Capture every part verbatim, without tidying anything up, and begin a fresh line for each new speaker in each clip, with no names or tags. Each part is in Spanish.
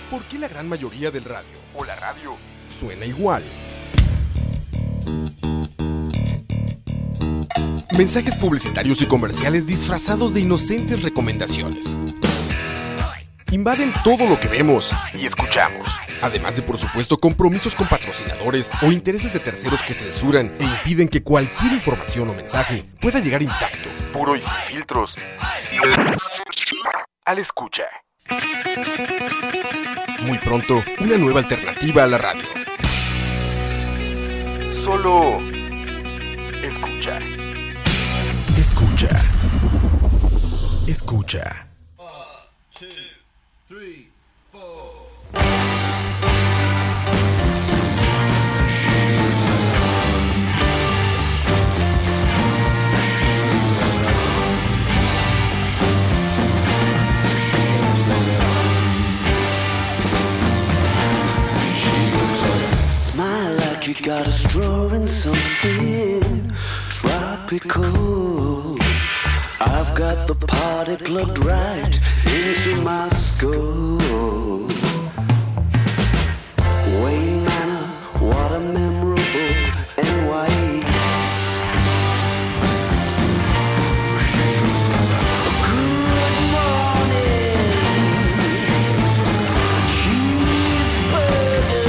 ¿Por qué la gran mayoría del radio o la radio suena igual? Mensajes publicitarios y comerciales disfrazados de inocentes recomendaciones invaden todo lo que vemos y escuchamos. Además de, por supuesto, compromisos con patrocinadores o intereses de terceros que censuran e impiden que cualquier información o mensaje pueda llegar intacto, puro y sin filtros al escucha. Muy pronto, una nueva alternativa a la radio. Solo escucha. Escucha. Escucha.
One, two, three, four.
Smile like you got a straw in something tropical. I've got the party plugged right into my skull. Wayne Manor, what a memorable N Y E. Good morning, cheeseburger,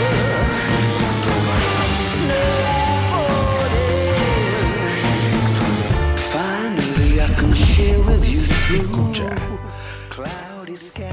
snowboarding. Finally I can share with you through
Escucha.
cloudy skies.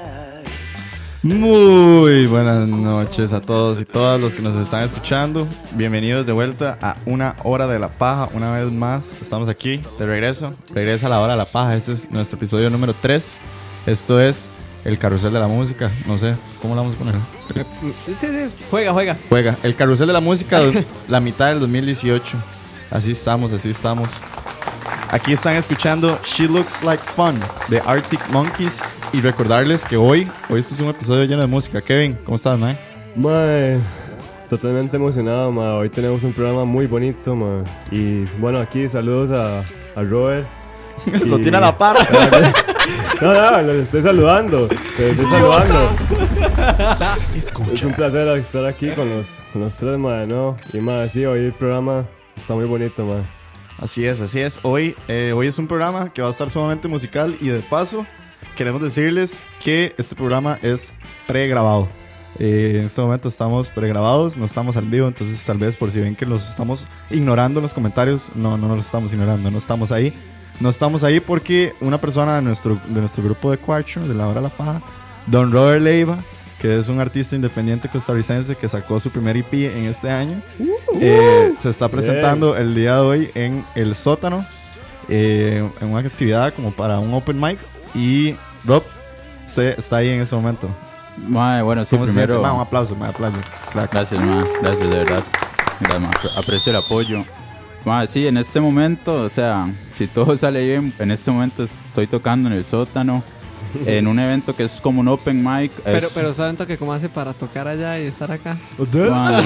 Muy buenas noches a todos y todas los que nos están escuchando. Bienvenidos de vuelta a Una Hora de la Paja. Una vez más, estamos aquí de regreso. Regresa a la Hora de la Paja. Este es nuestro episodio número tres. Esto es el Carrusel de la Música. No sé, ¿cómo lo vamos a poner?
Sí, sí, juega, juega.
Juega. El Carrusel de la Música, la mitad del dos mil dieciocho. Así estamos, así estamos. Aquí están escuchando She Looks Like Fun de Arctic Monkeys. Y recordarles que hoy, hoy esto es un episodio lleno de música. Kevin, ¿cómo estás, mae?
Mae, totalmente emocionado, mae. Hoy tenemos un programa muy bonito, mae. Y bueno, aquí saludos a, a Robert.
Lo
Y-
tiene a la par.
No, no, los estoy saludando. Los estoy saludando. Es
Escucha.
un placer estar aquí con los, con los tres, mae, ¿no? Y mae, sí, hoy el programa está muy bonito, mae.
Así es, así es. Hoy, eh, hoy es un programa que va a estar sumamente musical. Y de paso, queremos decirles que este programa es pregrabado. Eh, en este momento estamos pregrabados, no estamos al vivo. Entonces tal vez por si ven que los estamos ignorando en los comentarios, no, no los estamos ignorando, no estamos ahí. No estamos ahí porque una persona de nuestro, de nuestro grupo de Quartro, de la Hora de la Paja, Don Robert Leiva, que es un artista independiente costarricense que sacó su primer E P en este año, eh, se está presentando el día de hoy en el sótano, eh, en una actividad como para un open mic. Y Rob se está ahí en ese momento.
Mae, bueno, sí,
¿Cómo se
primero.
siente? Ma, un aplauso, un aplauso. Claro.
Gracias, ma, gracias, de verdad. Gracias, ma, aprecio el apoyo. Ma, sí, en este momento, o sea, si todo sale bien, en este momento estoy tocando en el sótano, en un evento que es como un open mic.
Pero,
es-
pero ¿saben toque cómo hace para tocar allá y estar acá?
Ma,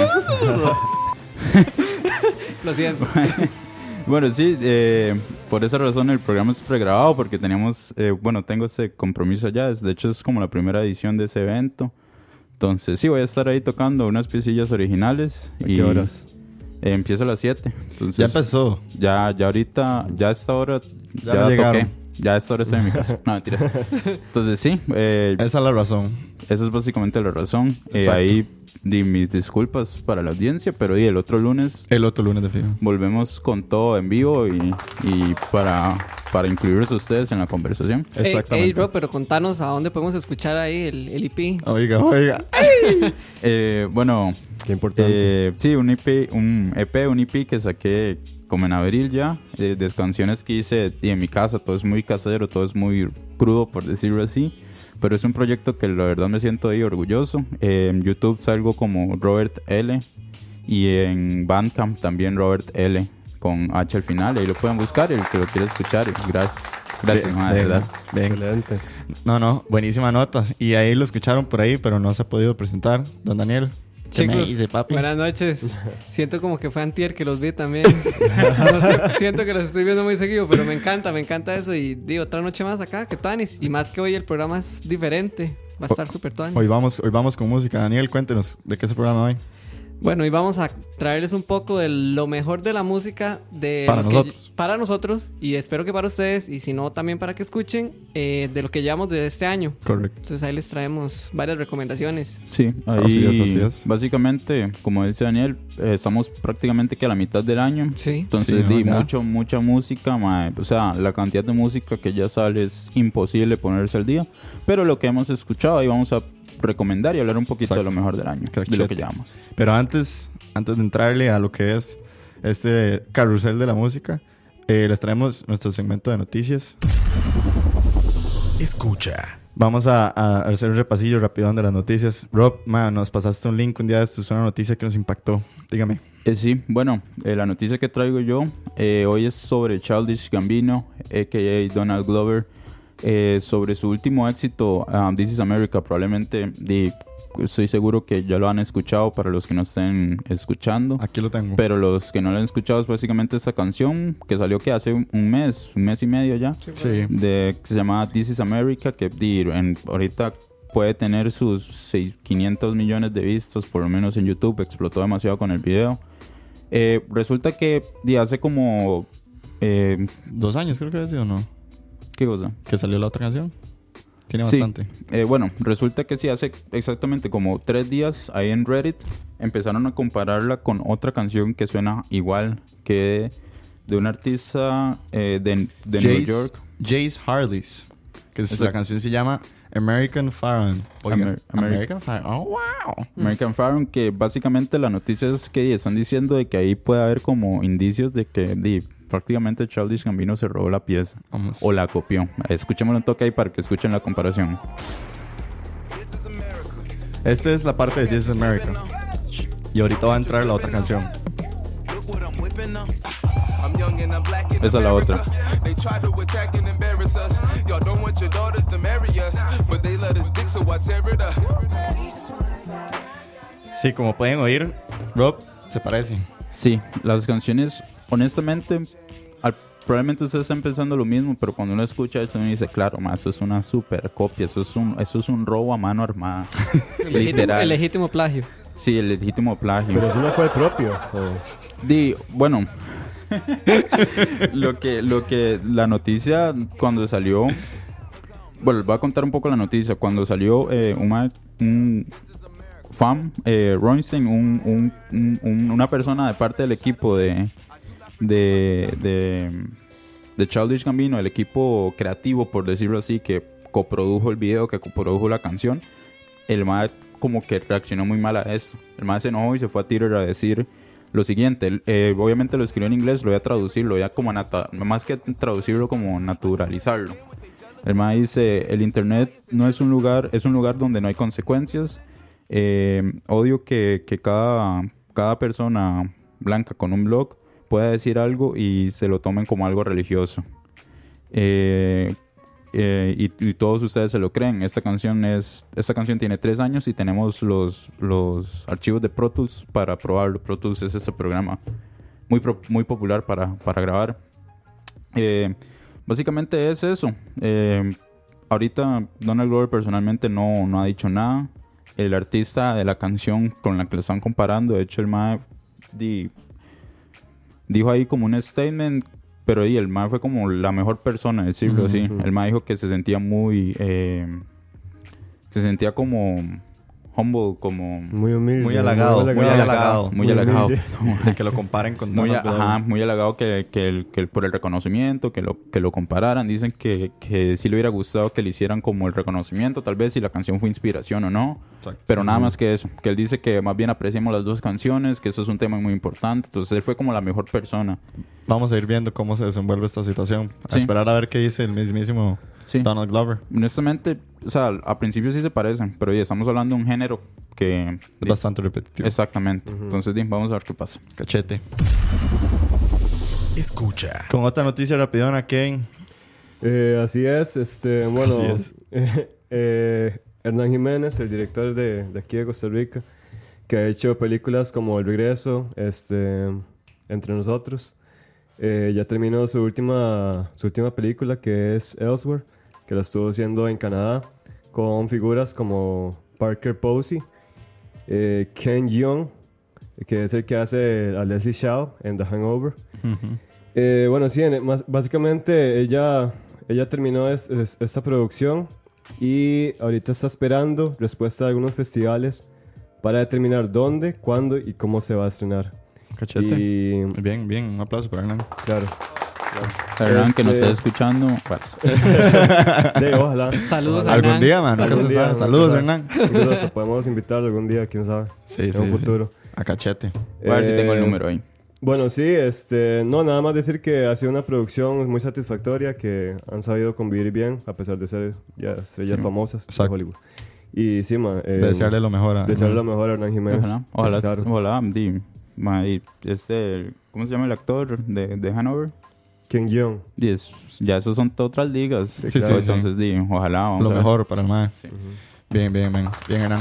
Lo siento.
bueno, sí, eh, por esa razón el programa es pregrabado, porque teníamos, eh, bueno, tengo ese compromiso allá. es- De hecho, es como la primera edición de ese evento. Entonces, sí, voy a estar ahí tocando unas piecillas originales.
¿A qué horas?
Eh, empiezo a las siete. Entonces,
Ya empezó.
Ya, ya ahorita, ya a esta hora,
Ya
ya,
me llegaron.
toqué. Ya a esta hora estoy en mi casa. No, mentiras. Entonces, sí, eh,
Esa es la razón.
esa es básicamente la razón. Eh,
Exacto.
ahí di mis disculpas para la audiencia, pero y el otro lunes
El otro lunes de fijo.
volvemos con todo en vivo y, y para, para incluirlos a ustedes en la conversación.
Exactamente.
Hey, Rob, pero contanos a dónde podemos escuchar ahí el, el E P.
Oiga, oiga.
Eh, bueno,
Qué importante.
eh, sí, un E P, un E P, un E P que saqué como en abril ya, de, de canciones que hice y en mi casa. Todo es muy casero, todo es muy crudo, por decirlo así. Pero es un proyecto que la verdad me siento ahí orgulloso. Eh, en YouTube salgo como Robert L. Y en Bandcamp también Robert L. Con H al final. Ahí lo pueden buscar, el que lo quiera escuchar. Gracias. Gracias,
Bien,
ma, de
bien,
verdad.
bien.
Excelente.
No, no, buenísima nota. Y ahí lo escucharon por ahí, pero no se ha podido presentar. Don Daniel. ¿Qué me
Chicos,
dice, papi?
buenas noches. Siento como que fue antier que los vi también. No sé, siento que los estoy viendo muy seguido, pero me encanta, me encanta eso. Y digo, otra noche más acá, que tanis. Y más que hoy el programa es diferente. Va a estar súper tanis.
Hoy vamos, hoy vamos con música. Daniel, cuéntenos, ¿de qué es el programa hoy?
Bueno, y vamos a traerles un poco de lo mejor de la música de
Para
lo que-
nosotros.
para nosotros, y espero que para ustedes, y si no, también para que escuchen eh, de lo que llevamos de este año.
Correcto.
Entonces ahí les traemos varias recomendaciones.
Sí, ahí
Así es, así es.
básicamente, como dice Daniel, eh, estamos prácticamente que a la mitad del año.
Sí.
Entonces,
Sí, ¿no?
di
Ya.
mucho, mucha música, mae. O sea, la cantidad de música que ya sale es imposible ponerse al día. Pero lo que hemos escuchado, ahí vamos a recomendar y hablar un poquito
Exacto.
de lo mejor del año,
Cachete.
de lo que llevamos.
Pero antes, antes de entrarle a lo que es este carrusel de la música, eh, les traemos nuestro segmento de noticias.
Escucha.
Vamos a, a hacer un repasillo rapidón de las noticias. Rob, man, nos pasaste un link un día de esto, es una noticia que nos impactó. Dígame.
Eh, sí, bueno, eh, la noticia que traigo yo eh, hoy es sobre Childish Gambino, a k a. Donald Glover, eh, sobre su último éxito, um, This is America. Probablemente, di, estoy seguro que ya lo han escuchado para los que no estén escuchando.
Aquí lo tengo.
Pero los que no lo han escuchado es básicamente esta canción que salió que hace un un mes, un mes y medio ya,
Sí.
de, que se llama This is America, que di, en, ahorita puede tener sus seis- quinientos millones de vistas, por lo menos en YouTube. Explotó demasiado con el video. Eh, resulta que di, hace como... Eh,
Dos años creo que había sido, ¿no?
¿Qué cosa?
Que salió la otra canción. Tiene
Sí.
bastante.
Eh, bueno, resulta que sí, hace exactamente como tres días ahí en Reddit empezaron a compararla con otra canción que suena igual, que de un artista eh, de, de New
Jace,
York.
Jace Harleys. Que es,
Exacto.
la canción se llama American Pharaoh. Oiga,
Amer- Ameri-
American Pharaoh. Oh, wow.
American Pharaoh, que básicamente la noticia es que están diciendo de que ahí puede haber como indicios de que di, prácticamente Childish Gambino se robó la pieza
Vamos.
o la copió. Escuchémoslo un toque ahí para que escuchen la comparación.
Esta es la parte de This is America. Y ahorita va a entrar la otra canción.
Esa es la otra.
They try to attack and embarrass us. Y'all don't want your daughters to marry us, but they let us dick, so I tear it up.
Sí, como pueden oír, Rob se parece.
Sí, las canciones, honestamente, al- probablemente ustedes estén pensando lo mismo, pero cuando uno escucha eso, uno dice, claro, ma, eso es una super copia, eso es un, eso es un robo a mano armada.
El legítimo,
Literal.
el legítimo plagio.
Sí, el legítimo plagio.
Pero eso no fue el propio. o-
Di, bueno, lo que, lo que la noticia cuando salió, bueno, les voy a contar un poco la noticia. Cuando salió eh, una, un fan, eh, Roinstein, un, un- un- un- una persona de parte del equipo de, de, de, de Childish Gambino, el equipo creativo, por decirlo así, que coprodujo el video, que coprodujo la canción, el mae como que reaccionó muy mal a esto. El mae se enojó y se fue a Twitter a decir lo siguiente. Él, eh, obviamente lo escribió en inglés, lo voy a traducir, lo voy a como nata- más que traducirlo, como naturalizarlo. El mae dice: el internet no es un lugar, es un lugar donde no hay consecuencias. Eh, odio que, que cada, cada persona blanca con un blog pueda decir algo y se lo tomen como algo religioso. Eh, eh, y, y todos ustedes se lo creen. Esta canción es esta canción tiene tres años y tenemos los, los archivos de Pro Tools para probarlo. Pro Tools es ese programa muy, pro- muy popular para, para grabar. Eh, básicamente es eso. Eh, ahorita Donald Glover personalmente no, no ha dicho nada. El artista de la canción con la que le están comparando, de hecho el mae di- dijo ahí como un statement, pero ahí el mae fue como la mejor persona, decirlo así. El mae dijo que se sentía muy eh, se sentía como humble, como
Muy humilde.
Muy halagado, muy halagado.
muy halagado.
humilde.
De que lo comparen con
Muy,
Donald
a-
Glover.
ajá, muy halagado que, que, el- que el- por el reconocimiento, que lo, que lo compararan. Dicen que, que sí le hubiera gustado que le hicieran como el reconocimiento, tal vez si la canción fue inspiración o no.
Exacto.
Pero nada más que eso. Que él dice que más bien apreciamos las dos canciones, que eso es un tema muy importante. Entonces él fue como la mejor persona.
Vamos a ir viendo cómo se desenvuelve esta situación. A
Sí.
esperar a ver qué dice el mismísimo
Sí.
Donald Glover.
Honestamente, o sea, a principio sí se parecen, pero ya estamos hablando de un género que...
Es bastante repetitivo.
Exactamente. Entonces di, vamos a ver qué pasa.
Cachete.
Escucha.
Con otra noticia rapidona, Kane.
Eh, así es, este, bueno,
Así es.
eh, eh, Hernán Jiménez, el director de, de aquí de Costa Rica, que ha hecho películas como El Regreso, este, Entre Nosotros. Eh, ya terminó su última, su última película, que es Elsewhere, que la estuvo haciendo en Canadá, con figuras como Parker Posey, eh, Ken Jeong, que es el que hace a Leslie Shaw en The Hangover.
Ujú.
Eh, bueno, sí, en- más- básicamente ella, ella terminó es- es- esta producción y ahorita está esperando respuesta de algunos festivales para determinar dónde, cuándo y cómo se va a estrenar.
Cachete.
Y
Bien, bien. Un aplauso para Hernán.
claro,
Hernán, que nos
Este-
esté escuchando, pues,
de, ojalá.
Saludos a
Algún
Hernán.
día, man. Nunca
Algún
se
día,
sabe.
nunca
Saludos,
sabe.
Hernán.
Incluso hasta podemos invitarlo algún día, quién sabe.
Sí,
en
sí,
un
sí.
futuro.
A cachete.
voy a ver si tengo el
Eh,
número ahí.
Bueno, sí, este, no, nada más decir que ha sido una producción muy satisfactoria, que han sabido convivir bien, a pesar de ser ya estrellas
Sí.
famosas de
Exacto.
Hollywood. Y sí, man, eh,
Desearle lo mejor a
desearle lo
Hernán.
mejor a Hernán Jiménez.
Ojalá, ojalá,
Claro.
ojalá, di, ma, y este, ¿cómo se llama el actor de, de Hanover?
Ken Jeong.
Y es- ya esos son todas otras ligas.
Sí,
sí,
Claro,
sí.
entonces, di, ojalá. vamos
Lo
a ver.
mejor para el mae.
Sí.
Bien, bien, bien. Bien, Hernán.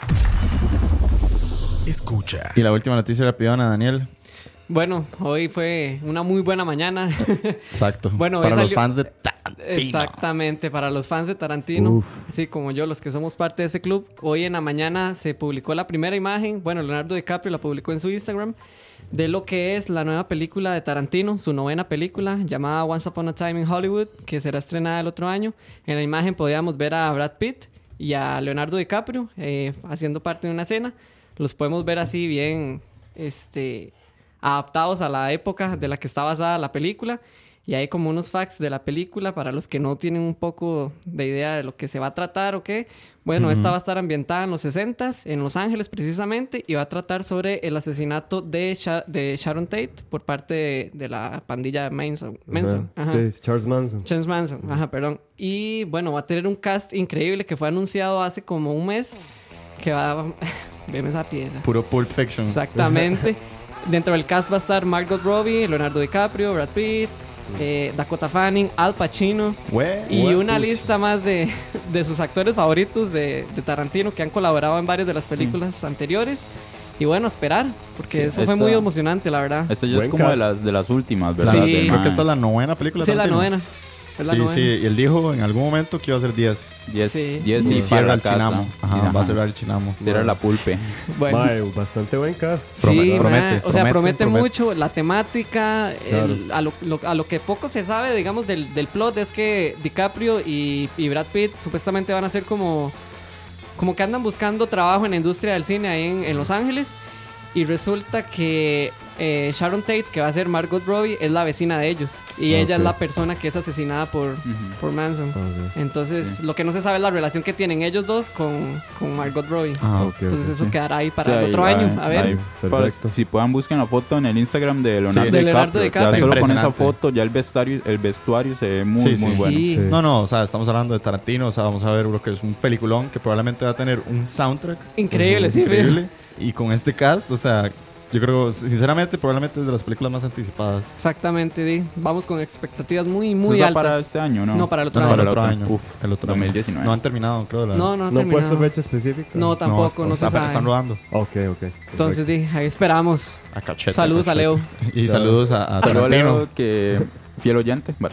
Escucha.
Y la última noticia rapidona, Daniel.
Bueno, hoy fue una muy buena mañana.
Exacto.
Bueno,
para
hoy
los
salió-
fans de Tarantino.
Exactamente, para los fans de Tarantino,
Uf.
sí, como yo, los que somos parte de ese club, hoy en la mañana se publicó la primera imagen, bueno, Leonardo DiCaprio la publicó en su Instagram, de lo que es la nueva película de Tarantino, su novena película, llamada Once Upon a Time in Hollywood, que será estrenada el otro año. En la imagen podíamos ver a Brad Pitt y a Leonardo DiCaprio eh, haciendo parte de una escena. Los podemos ver así bien, este... adaptados a la época de la que está basada la película. Y hay como unos facts de la película para los que no tienen un poco de idea de lo que se va a tratar o qué. Bueno, esta va a estar ambientada en los sesentas, en Los Ángeles precisamente, y va a tratar sobre el asesinato de, Sha- de Sharon Tate por parte de, de la pandilla Manson. Manson.
Ajá.
Ajá.
Sí, Charles Manson.
Charles Manson, ajá, perdón. Y bueno, va a tener un cast increíble que fue anunciado hace como un mes. Que va a... Veme esa pieza.
Puro Pulp Fiction.
Exactamente. Dentro del cast va a estar Margot Robbie, Leonardo DiCaprio, Brad Pitt, eh, Dakota Fanning, Al Pacino
Güey.
y
Güey,
una
uch.
lista más de, de sus actores favoritos de, de Tarantino que han colaborado en varias de las películas anteriores. Y bueno, esperar, porque eso fue
esta-
muy emocionante, la verdad.
Esta ya
Buen
es como de
cast.
las, de las últimas, ¿verdad?
Sí.
Del
Creo
mae.
que esta es la novena película de
Sí, la
Tarantino.
novena. Es la
Sí,
novena.
sí. Y él dijo en algún momento que iba a ser diez.
diez,
Sí.
diez
Y
y para
cierra
la
el
casa.
chinamo. Ajá,
Y,
va a
ajá.
cerrar el chinamo.
Cierra la pulpe.
Bueno.
Mae, bastante buen cast.
Sí,
Promete,
ma,
promete,
o sea,
promete,
promete,
promete.
mucho la temática,
Claro.
el- a, lo, lo- a lo que poco se sabe, digamos, del, del plot es que DiCaprio y, y Brad Pitt supuestamente van a ser como, como que andan buscando trabajo en la industria del cine ahí en, en Los Ángeles y resulta que eh, Sharon Tate, que va a ser Margot Robbie, es la vecina de ellos y ella es
Ok.
la persona que es asesinada por, por Manson.
Ok.
Entonces, lo que no se sabe es la relación que tienen ellos dos con, con Margot Robbie.
Ah,
Ok,
Entonces,
ok.
eso
sí.
quedará ahí para
O sea,
el otro
ahí-
año. A ver.
ahí-
Perfecto.
Pues, si puedan, busquen la foto en el Instagram de Leonardo,
Sí.
De Leonardo
DiCaprio.
DiCaprio.
Ya solo con esa
Impresionante.
foto, ya el vestuario, el vestuario se ve muy,
Sí, sí.
muy bueno.
Sí.
Sí.
No, no, o sea, estamos hablando de Tarantino, o sea, vamos a ver lo que es un peliculón que probablemente va a tener un soundtrack
Increíble, sí,
increíble. Y con este cast, o sea, yo creo, sinceramente, probablemente es de las películas más anticipadas.
Exactamente, Di. Vamos con expectativas muy,
¿Eso
muy
está
altas.
para este año, no?
No, para el otro
No,
año.
para el otro
otro.
año.
Uf,
el otro
dos mil
año.
diecinueve.
No han terminado, creo. La
No, no, no,
¿No han puesto
terminado.
fecha específica?
No, tampoco, no, se
está-
sabe.
Están rodando.
Ok, ok.
Entonces, Di, ahí esperamos.
A cachete.
Saludos a Leo.
Y saludos a, a
Saludos a
Tarantino.
Leo, que fiel oyente. Vale.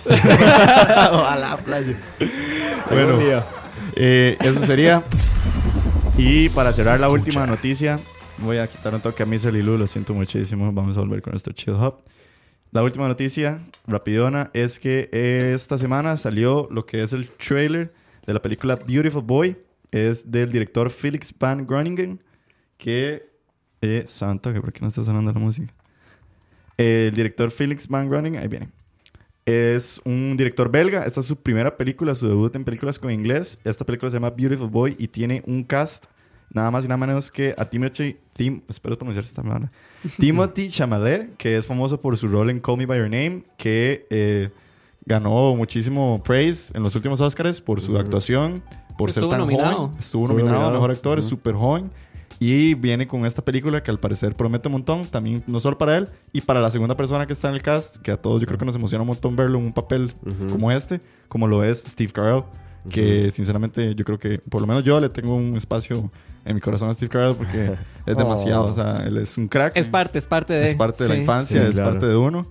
Ojalá, playa.
Bueno,
Bueno,
día.
eh, eso sería. Y para cerrar la última noticia, voy a quitar un toque a Miser Lilu, lo siento muchísimo. Vamos a volver con nuestro Chill Hub. La última noticia, rapidona, es que esta semana salió lo que es el trailer de la película Beautiful Boy. Es del director Felix Van Groningen, que... Eh, santo, que ¿por qué no está sonando la música? El director Felix Van Groningen, ahí viene. Es un director belga. Esta es su primera película, su debut en películas con inglés. Esta película se llama Beautiful Boy y tiene un cast nada más y nada menos que a Timothy... Tim, espero pronunciar esta palabra. Timothy Chalamet, que es famoso por su rol en Call Me By Your Name, que eh, ganó muchísimo praise en los últimos Oscars por su actuación, por ser
Estuvo
tan
nominado.
joven. Estuvo
Estuvo
nominado a
nominado.
Mejor Actor, es
Ujú.
súper joven. Y viene con esta película que al parecer promete un montón, también no solo para él, y para la segunda persona que está en el cast, que a todos yo creo que nos emociona un montón verlo en un papel
Ujú.
como este, como lo es Steve Carell, que sinceramente yo creo que, por lo menos yo le tengo un espacio en mi corazón a Steve Carell porque es demasiado.
Oh.
O sea, él es un crack.
Es parte, es parte de.
Es parte de la
sí.
infancia,
Sí,
es
claro.
parte de uno.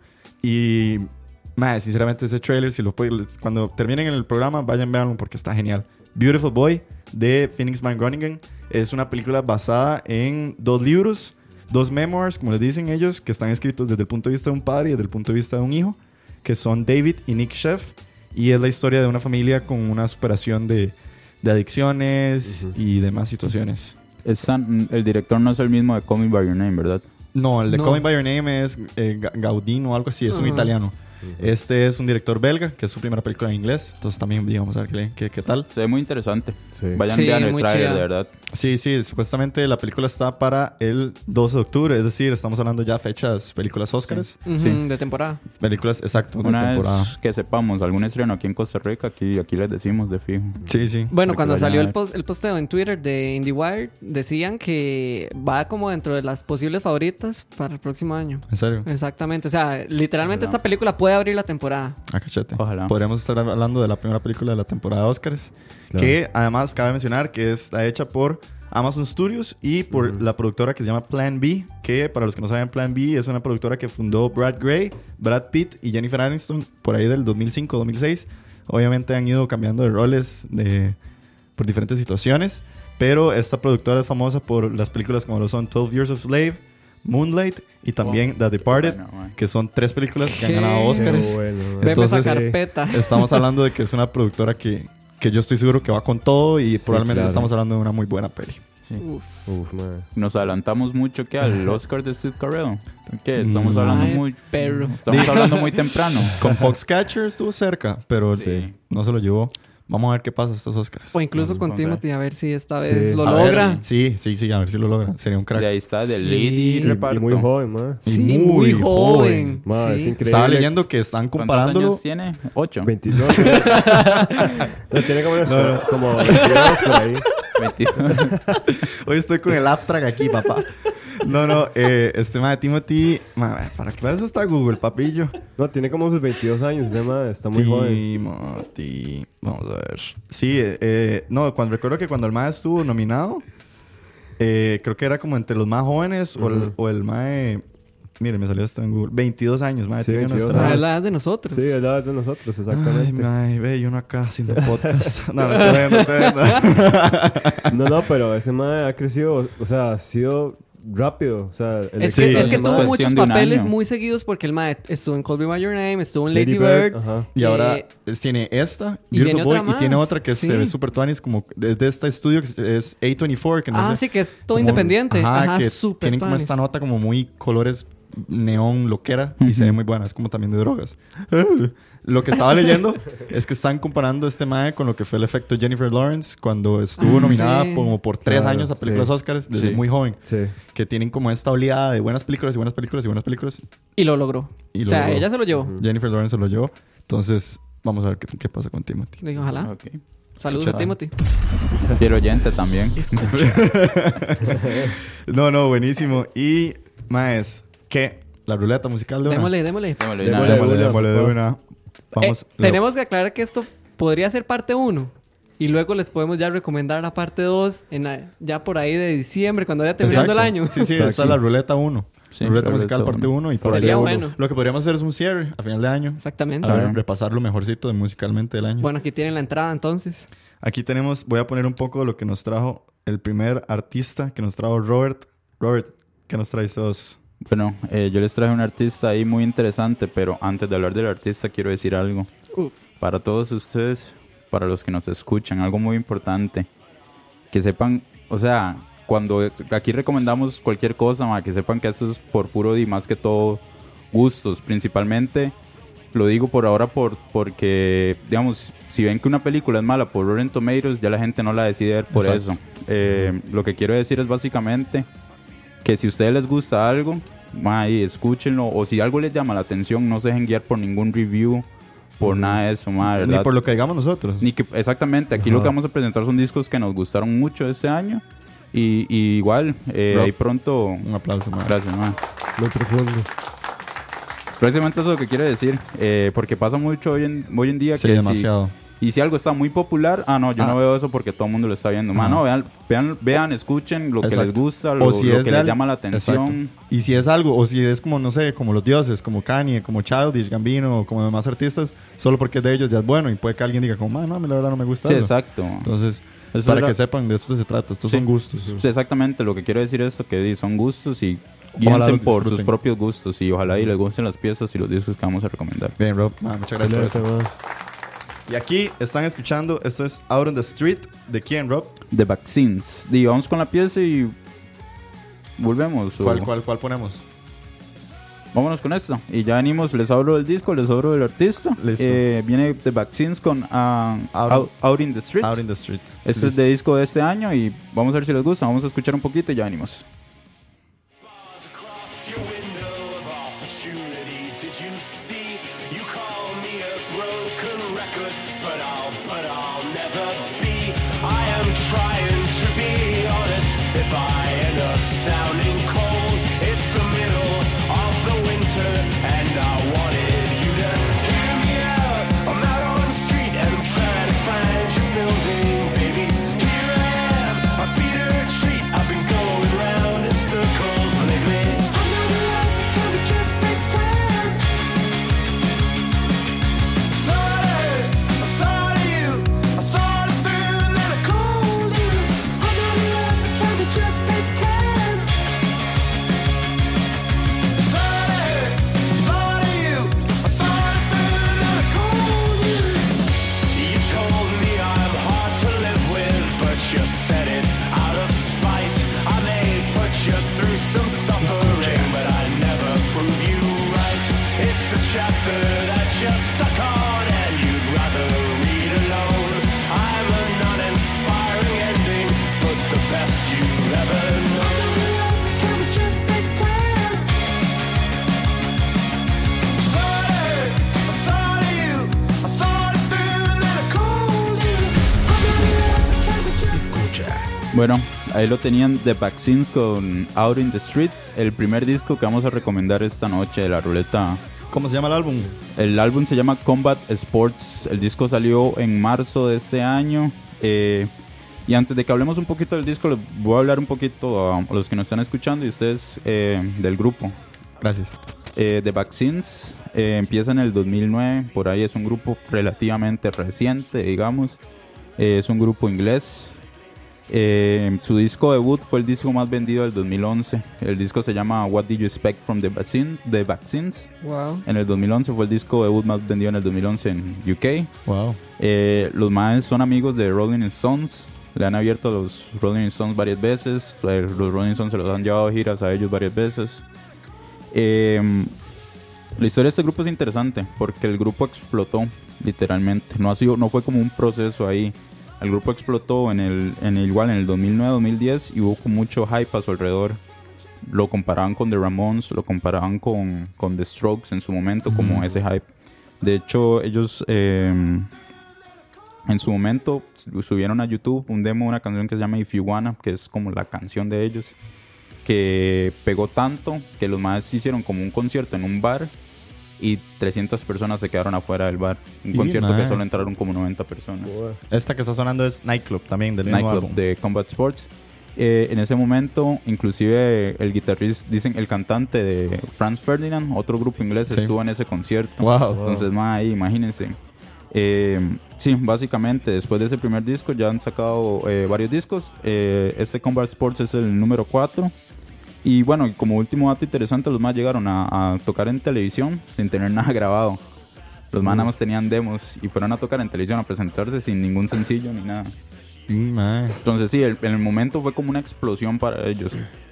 Y, madre, sinceramente, ese trailer, si lo pueden, cuando terminen el programa, vayan, veanlo porque está genial. Beautiful Boy de Phoenix Van Groningen es una película basada en dos libros, dos memoirs, como les dicen ellos, que están escritos desde el punto de vista de un padre y desde el punto de vista de un hijo, que son David y Nick Sheff. Y es la historia de una familia con una superación de, de adicciones
Uh-huh.
y demás situaciones.
Es San- el director no es el mismo de Call Me By Your Name, ¿verdad?
No, el de
No.
Call Me By Your Name es eh, Ga- Gaudin o algo así, es un
Ajá.
italiano. Este es un director belga, que es su primera película en inglés. Entonces también digamos a ver qué, qué, qué tal.
Se ve muy interesante.
Sí.
Vayan
Sí,
vean el
muy
trailer,
chida.
de verdad.
Sí, sí, supuestamente la película está para el doce de octubre, es decir, estamos hablando ya fechas, películas Oscars.
Ujú,
Sí.
de temporada.
Películas, exacto, de
Una
temporada.
vez que sepamos algún estreno aquí en Costa Rica, aquí, aquí les decimos de fijo.
Sí, sí.
Bueno,
Para
cuando
que vayan
salió
a
el,
ver.
post, el posteo en Twitter de IndieWire, decían que va como dentro de las posibles favoritas para el próximo año.
En serio.
Exactamente. O sea, literalmente
Ojalá.
esta película puede abrir la temporada.
A cachete.
Ojalá.
Podríamos estar hablando de la primera película de la temporada de Oscars.
Claro.
Que además cabe mencionar que está hecha por Amazon Studios y por
Ujú.
la productora que se llama Plan B. Que para los que no saben, Plan B es una productora que fundó Brad Gray, Brad Pitt y Jennifer Aniston por ahí del dos mil cinco dos mil seis. Obviamente han ido cambiando de roles de, por diferentes situaciones. Pero esta productora es famosa por las películas como lo son twelve Years a Slave, Moonlight y también The Departed,
Bueno, man.
que son tres películas que han
¿Qué?
ganado
Qué
Oscars.
bueno, man.
Veme esa
Entonces,
carpeta.
Estamos hablando de que es una productora que, que yo estoy seguro que va con todo y
Sí,
probablemente
claro.
estamos hablando de una muy buena peli.
Uf.
Uf, man.
Nos adelantamos mucho que al Oscar de Steve Carell. ¿Qué? Estamos
Mm.
hablando
Ay,
muy
perro.
Estamos hablando muy temprano.
Con Foxcatcher estuvo cerca, pero
Sí.
no se lo llevó. Vamos a ver qué pasa estos Oscars.
O incluso
Vamos,
con
vamos a ver.
Timothy, a ver si esta
Sí.
vez lo
A ver,
logra.
sí, sí, sí, a ver si lo logra. Sería un crack.
De ahí está, de
Sí.
lead y
Y, y
reparto.
muy joven, man.
Y
Sí,
muy
muy,
joven.
joven.
Man, es
Sí.
increíble.
Estaba leyendo que están
¿Cuántos
comparándolo.
años tiene? Ocho.
veinte no, tiene, no, tiene como, unos- como veintidós por ahí.
veintidós.
Hoy estoy con el Aftrack aquí, papá. No, no, eh, este ma de Timothy. Ma, para que para eso está Google, papillo.
No, tiene como sus veintidós años, ese man está muy joven.
Timothy. Vamos a ver. Sí, eh, eh, no, cuando recuerdo que cuando el ma estuvo nominado, eh, creo que era como entre los más jóvenes o el,
Ujú.
o el ma de. Mire, me salió esto en Google. veintidós años, ma.
Sí,
tiene
veintidós
nuestra
Ah,
años.
es la edad de nosotros.
Sí, es la edad de nosotros,
Ay,
exactamente.
ma, ve, yo uno acá haciendo podcast. No, me estoy viendo, estoy viendo.
No, no, pero ese man ha crecido, o sea, ha sido rápido. O sea, el
Es
Sí,
que,
éxito
es que
del
tuvo
mae-
cuestión
muchos
de un
papeles
año.
muy seguidos porque el mae estuvo en Call Me By Your Name, estuvo en Lady, Bird.
Ajá.
Y ahora
Eh,
es- tiene esta,
y
Beautiful
viene
Boy,
otra
y tiene
más.
otra que es-
Sí.
se ve super tuanis, como de, de este estudio que es- es A veinticuatro, que no
ah,
sé.
sí, que es todo
como-
independiente.
Ajá,
Ajá,
que
súper
tienen como
tuanis.
esta nota como muy colores neón loquera y se ve
Ujú.
muy buena. Es como también de drogas. Lo que estaba leyendo es que están comparando este mae con lo que fue el efecto Jennifer Lawrence cuando estuvo
Ah,
nominada
sí.
como por tres
Claro,
años a películas
sí.
Oscars desde
Sí.
muy joven.
Sí.
Que tienen como esta oleada de buenas películas y buenas películas y buenas películas.
Y lo logró.
Y
o
lo
sea,
logró.
ella se lo llevó.
Jennifer Lawrence se lo llevó. Entonces, vamos a ver qué, qué pasa con Timothy.
Digo, ojalá.
Ok.
Saludos
Chao.
a Timothy.
Fiel oyente también.
No, no, buenísimo. Y, maes, ¿qué? La ruleta musical de una.
Démosle, démosle.
Démosle
Démosle,
una vez.
Démosle,
una,
démosle de
papá.
una. Vamos.
Eh,
Leo.
tenemos que aclarar que esto podría ser parte uno. Y luego les podemos ya recomendar la parte dos en la- ya por ahí de diciembre, cuando vaya terminando
Exacto.
el año.
Sí, sí,
Exacto.
esa es la ruleta uno.
Sí,
ruleta
ruleta
musical parte
uno.
uno y por ahí.
Sería
luego
bueno.
Lo que podríamos hacer es un cierre a final de año.
Exactamente.
A ver,
Claro.
repasar lo mejorcito de musicalmente del año.
Bueno, aquí tienen la entrada entonces.
Aquí tenemos, voy a poner un poco de lo que nos trajo el primer artista que nos trajo Robert. Robert, ¿qué nos traes todos?
Bueno, eh, yo les traje un artista ahí muy interesante, pero antes de hablar del artista quiero decir algo.
Uf.
Para todos ustedes, para los que nos escuchan, algo muy importante. Que sepan, o sea, cuando aquí recomendamos cualquier cosa, ma, que sepan que esto es por puro y más que todo gustos. Principalmente, lo digo por ahora por, porque, digamos, si ven que una película es mala por Rotten Tomatoes, ya la gente no la decide ver por
Exacto.
eso. Eh, lo que quiero decir es básicamente que si a ustedes les gusta algo, ma, ahí, escúchenlo. O si algo les llama la atención, no se dejen guiar por ningún review, por nada de eso, ma,
Ni
¿verdad?
por lo que digamos nosotros.
Ni que, exactamente, aquí
Ajá.
lo que vamos a presentar son discos que nos gustaron mucho este año. Y, y igual, eh,
Rob.
ahí pronto.
Un aplauso, man.
Gracias, man.
Muy profundo.
Precisamente eso es lo que quiero decir. eh, porque pasa mucho hoy en, hoy en día
Sí,
que
demasiado.
si. Y si algo está muy popular, ah, no, yo
Ah.
no veo eso porque todo el mundo lo está viendo. Man,
Ajá.
no, vean, vean, vean, escuchen lo que
Exacto.
les gusta, lo,
O si
lo
es
que
de
les
al-
llama la atención.
Exacto. Y si es algo, o si es como, no sé, como los dioses, como Kanye, como Childish, Gambino, o como demás artistas, solo porque es de ellos ya es bueno y puede que alguien diga como, "Man, no, a mí la verdad no me gusta
Sí,
eso".
exacto.
Entonces,
Eso
para
era-
que sepan, de esto se trata, estos
Sí.
son gustos.
Sí, exactamente, lo que quiero decir es esto, que di, son gustos y
Ojalá
guíense
los
por sus
disfruten.
propios gustos y ojalá y les gusten las piezas y los discos que vamos a recomendar.
Bien, Rob, man, muchas gracias por
Excelente,
eso.
man.
Y aquí están escuchando, esto es Out on the Street, ¿de quién, Rob?
The Vaccines. Di, vamos con la pieza y volvemos. o-
¿Cuál, cuál, cuál ponemos?
Vámonos con esto. Y ya venimos, les hablo del disco, les hablo del artista.
Listo.
Eh, viene The Vaccines con ah,
Out-
Out, Out in the Streets.
Out in the Street.
Este es de disco de este año y vamos a ver si les gusta. Vamos a escuchar un poquito y ya venimos.
Across your window of opportunity, did you see? You call me a broken record, but I'll, but I'll never be. I am trying to be honest. If I end up sounding cold, it's the middle of the winter, and I wanted you to hear me out. I'm out on the street and I'm trying to find your building, baby. Here I am, I beat a retreat. I've been going round in circles lately. Chapter that you're stuck on and you'd rather read alone. I'm an uninspiring ending, but the best you've ever known. Can we just pretend? I thought, I thought of you, I thought it through and then I called you. Can we just
Escucha.
Bueno, ahí lo tenían The Vaccines con Out in the Streets, el primer disco que vamos a recomendar esta noche de la ruleta.
¿Cómo se llama el álbum?
El álbum se llama Combat Sports. El disco salió en marzo de este año. Eh, y antes de que hablemos un poquito del disco, les voy a hablar un poquito a, a los que nos están escuchando y ustedes eh, del grupo.
Gracias.
Eh, The Vaccines eh, empieza en el dos mil nueve. Por ahí es un grupo relativamente reciente, digamos. Eh, es un grupo inglés. Eh, su disco debut fue el disco más vendido del dos mil once. El disco se llama What Did You Expect from the, Vaccine, the Vaccines.
Wow.
En el dos mil once fue el disco debut más vendido en el dos mil once en U K.
Wow.
Eh, los maes son amigos de Rolling Stones. Le han abierto a los Rolling Stones varias veces. Eh, los Rolling Stones se los han llevado a giras a ellos varias veces. Eh, la historia de este grupo es interesante porque el grupo explotó literalmente. No ha sido, no fue como un proceso ahí. El grupo explotó en el, en el igual en el dos mil nueve dos mil diez y hubo mucho hype a su alrededor. Lo comparaban con The Ramones, lo comparaban con, con The Strokes en su momento, mm. como ese hype. De hecho, ellos eh, en su momento subieron a YouTube un demo de una canción que se llama If You Wanna, que es como la canción de ellos, que pegó tanto que los más hicieron como un concierto en un bar y trescientas personas se quedaron afuera del bar. Un
y
concierto
man.
que solo entraron como noventa personas.
Esta que está sonando es Nightclub también, del mismo
Nightclub
álbum.
de Combat Sports. Eh, en ese momento, inclusive el guitarrista, dicen el cantante de Franz Ferdinand, otro grupo inglés,
Sí.
estuvo en ese concierto.
Wow.
Entonces, más ahí, imagínense. Eh, sí, básicamente, después de ese primer disco ya han sacado eh, varios discos. Eh, este Combat Sports es el número cuatro. Y bueno, como último dato interesante, los más llegaron a, a tocar en televisión sin tener nada grabado. Los más nada más tenían demos y fueron a tocar en televisión a presentarse sin ningún sencillo ni nada.
Mm, man.
Entonces sí, el, en el momento fue como una explosión para ellos.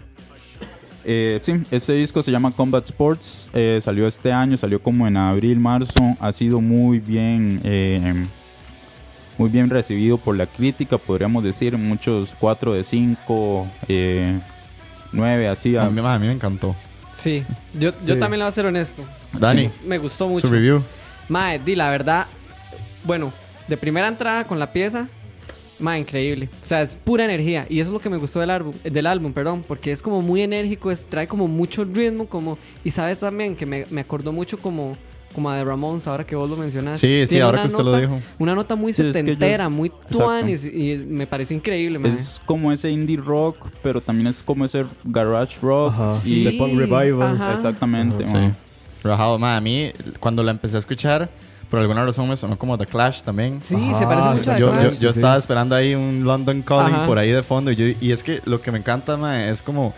Eh, sí, este disco se llama Combat Sports. Eh, salió este año, salió como en abril, marzo. Ha sido muy bien, eh, muy bien recibido por la crítica, podríamos decir. Muchos cuatro de cinco, eh, nueve, así.
A mí, a mí me encantó.
Sí, yo,
Sí.
yo también le voy a ser honesto.
Dani,
Sí, me gustó mucho.
su review.
Mae, di la verdad. Bueno, de primera entrada con la pieza, mae, increíble. O sea, es pura energía. Y eso es lo que me gustó del álbum, del álbum, perdón. Porque es como muy enérgico, es, trae como mucho ritmo, como. Y sabes también que me, me acordó mucho como. como a The Ramones, ahora que vos lo mencionaste.
Sí, sí,
Tiene
ahora
una
que usted lo
nota-
dijo.
Una nota muy
Sí, es que
setentera,
ellos-
muy
Exacto.
tuanis, y me parece increíble, man.
Es como ese indie rock, pero también es como ese garage rock.
Ajá.
Y
The Punk Revival.
ajá.
exactamente,
Sí.
man.
Rajado, ma, a mí, cuando la empecé a escuchar, por alguna razón me sonó como The Clash también.
Sí,
Ajá,
se parece mucho
o sea,
a The
Yo,
Clash.
yo, yo
Sí.
estaba esperando ahí un London Calling
Ajá.
por ahí de fondo. Y, yo, y es que lo que me encanta, ma, es como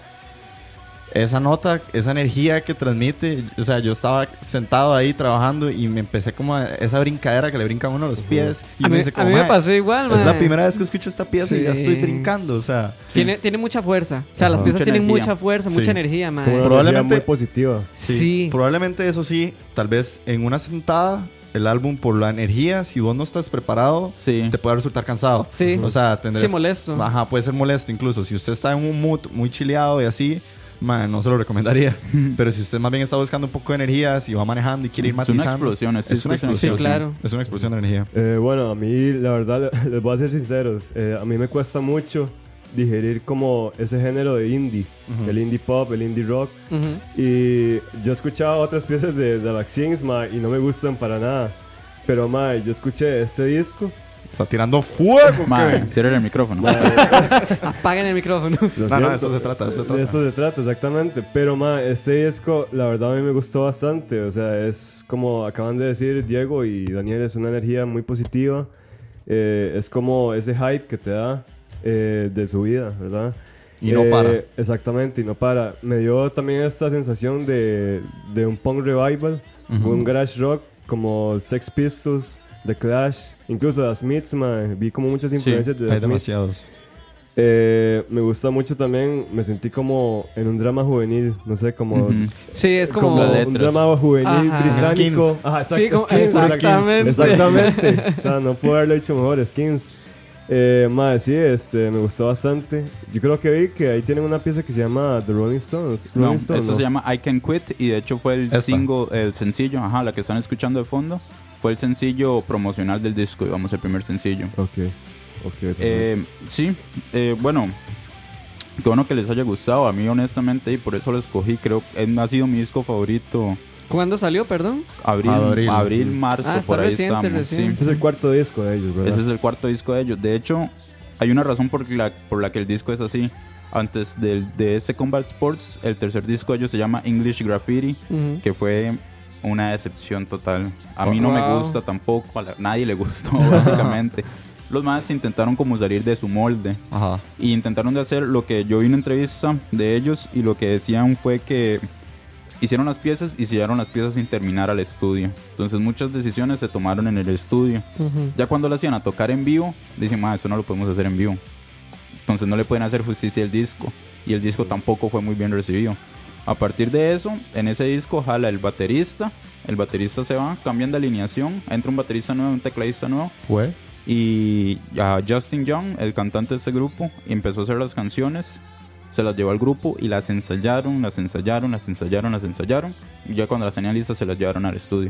esa nota, esa energía que transmite. O sea, yo estaba sentado ahí trabajando y me empecé como a esa brincadera que le brinca a uno los pies. Y
A
uno
mí,
dice
a
como,
mí me
"Ma,
pasó igual,
es
man.
la primera vez que escucho esta pieza y ya
Sí.
estoy brincando". O sea,
Tiene, tiene mucha fuerza. O sea, las
Ajá.
piezas
Mucha
tienen
energía.
mucha fuerza,
Sí.
mucha energía,
Es
man.
como una
Probablemente-
energía muy positiva.
Sí.
probablemente eso sí, tal vez en una sentada, el álbum por la energía, si vos no estás preparado,
Sí.
te puede resultar cansado.
Sí.
O sea, tendrás...
Sí, molesto.
Ajá, puede ser molesto incluso. Si usted está en un mood muy chileado y así, man, no se lo recomendaría. Pero si usted más bien está buscando un poco de energía, si va manejando y quiere ir
Es una
matizando...
explosión, es
es una
explosión.
explosión.
Sí, claro.
Es una explosión de energía.
Eh, bueno, a mí, la verdad, les voy a ser sinceros. eh, a mí me cuesta mucho digerir como ese género de indie.
Ujú.
El indie pop, el indie rock.
Ujú.
Y yo he escuchado otras piezas de The Vaccines, ma, y no me gustan para nada. Pero, ma, yo escuché este disco.
Está tirando fuego,
Man,
Kevin.
cierra el micrófono.
Apaguen el micrófono.
Lo
No, no,
siento.
de eso se trata, de eso se trata.
De eso se trata, exactamente. Pero, ma, este disco, la verdad, a mí me gustó bastante. O sea, es como acaban de decir Diego y Daniel, es una energía muy positiva. Eh, es como ese hype que te da eh, de su vida, ¿verdad?
Y no
Eh,
para.
Exactamente, y no para. Me dio también esta sensación de, de un punk revival,
Ujú.
un garage rock como Sex Pistols, The Clash, incluso The Smiths, ma, vi como muchas influencias de The
Hay
Smiths.
demasiados.
Eh, me gusta mucho también, me sentí como en un drama juvenil, no sé, como,
Ujú.
Sí, es como...
como
Las
un
letras.
drama juvenil
Ajá.
británico.
Skins.
Ajá, exacto,
Sí, como-
Skins,
exactamente.
exactamente. O sea, no puedo haberlo hecho mejor, Skins. Eh, más, sí, este, me gustó bastante. Yo creo que vi que ahí tienen una pieza que se llama The Rolling Stones.
No,
Rolling
esto
Stones, ¿no?
se llama I Can Quit y de hecho fue el
Esta.
single, el sencillo, ajá, la que están escuchando de fondo, fue el sencillo promocional del disco, digamos, el primer sencillo.
Ok, ok. perfecto.
Eh, sí, eh, bueno, qué bueno que les haya gustado. A mí, honestamente, y por eso lo escogí, creo que ha sido mi disco favorito.
¿Cuándo salió, perdón?
Abril,
Abril.
abril, marzo,
Ah, está
por ahí
reciente,
estamos.
reciente.
Este es el cuarto disco de ellos,
Sí.
¿verdad?
Ese es el cuarto disco de ellos. De hecho, hay una razón por la, por la que el disco es así. Antes del, de este Combat Sports, el tercer disco de ellos se llama English Graffiti,
Ujú.
que fue una decepción total. A mí no me
Wow.
gusta tampoco, a la- nadie le gustó, básicamente. Los más intentaron como salir de su molde
Ajá.
y intentaron de hacer lo que yo vi en una entrevista de ellos y lo que decían fue que hicieron las piezas y sellaron las piezas sin terminar al estudio. Entonces muchas decisiones se tomaron en el estudio.
Ujú.
Ya cuando lo hacían a tocar en vivo, dicen, "Ma, eso no lo podemos hacer en vivo". Entonces no le pueden hacer justicia al disco. Y el disco tampoco fue muy bien recibido. A partir de eso, en ese disco jala el baterista. El baterista se va, cambian de alineación. Entra un baterista nuevo, un tecladista nuevo.
Fue.
Y a Justin Young, el cantante de ese grupo, empezó a hacer las canciones. Se las llevó al grupo y las ensayaron, las ensayaron, las ensayaron, las ensayaron. Y ya cuando las tenían listas se las llevaron al estudio.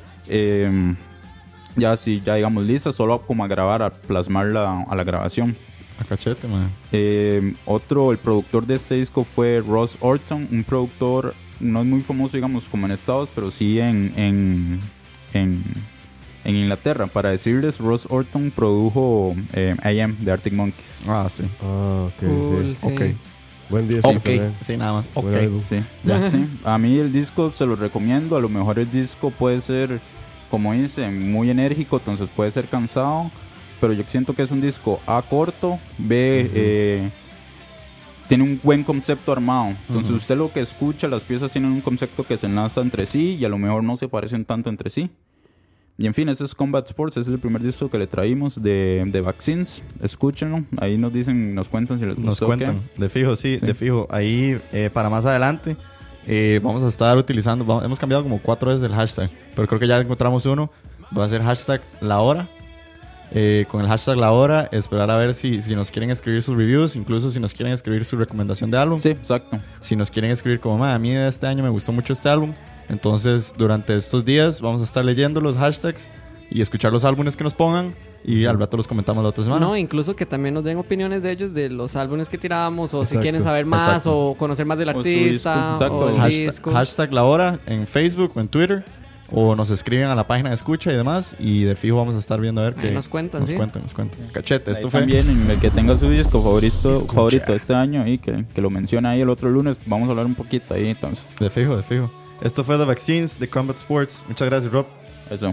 Eh, ya sí, ya digamos listas, solo como a grabar, a plasmarla a la grabación.
A cachete, man.
Eh, otro, el productor de este disco fue Ross Orton, un productor no es muy famoso, digamos, como en Estados, pero sí en, en, en, en Inglaterra. Para decirles, Ross Orton produjo eh, A M de Arctic Monkeys.
Ah, sí.
Ah, ok,
Cool,
sí.
sí.
Ok.
Buen día,
Ok.
también.
Sí, nada más. Ok.
Buen álbum.
Sí, ya, sí. A mí el disco se lo recomiendo. A lo mejor el disco puede ser, como dicen, muy enérgico, entonces puede ser cansado. Pero yo siento que es un disco A corto, B eh, tiene un buen concepto armado. Entonces
Ujú.
usted lo que escucha, las piezas tienen un concepto que se enlaza entre sí y a lo mejor no se parecen tanto entre sí. Y en fin, ese es Combat Sports, ese es el primer disco que le traímos de, de Vaccines. Escúchenlo, ahí nos dicen, nos cuentan si les
Nos
gustó.
cuentan. De fijo, sí,
Sí.
de fijo. Ahí, eh, para más adelante, eh, vamos a estar utilizando. vamos- hemos cambiado como cuatro veces el hashtag, pero creo que ya encontramos uno. Va a ser hashtag la hora. Eh, con el hashtag la hora, esperar a ver si, si nos quieren escribir sus reviews, incluso si nos quieren escribir su recomendación de álbum.
Sí, exacto.
Si nos quieren escribir como, "Ma, a mí de este año me gustó mucho este álbum". Entonces, durante estos días vamos a estar leyendo los hashtags y escuchar los álbumes que nos pongan. Y al rato los comentamos la otra semana.
No, incluso que también nos den opiniones de ellos, de los álbumes que tiramos, o si
Exacto.
quieren saber más,
Exacto.
o conocer más del
O su
artista,
disco. Exacto.
o el
hashtag,
disco.
hashtag la hora en Facebook o en Twitter. o nos escriben a la página de escucha y demás. Y de fijo vamos a estar viendo a ver
Ahí
qué
nos cuentan,
nos
sí.
cuentan, nos cuentan. Cachete, esto
Ahí
fue.
también, en el que tenga su disco favorito, favorito este año y que, que lo menciona ahí el otro lunes, vamos a hablar un poquito ahí entonces.
De fijo, de fijo. Esto fue The Vaccines de Combat Sports. Muchas gracias, Rob.
Eso.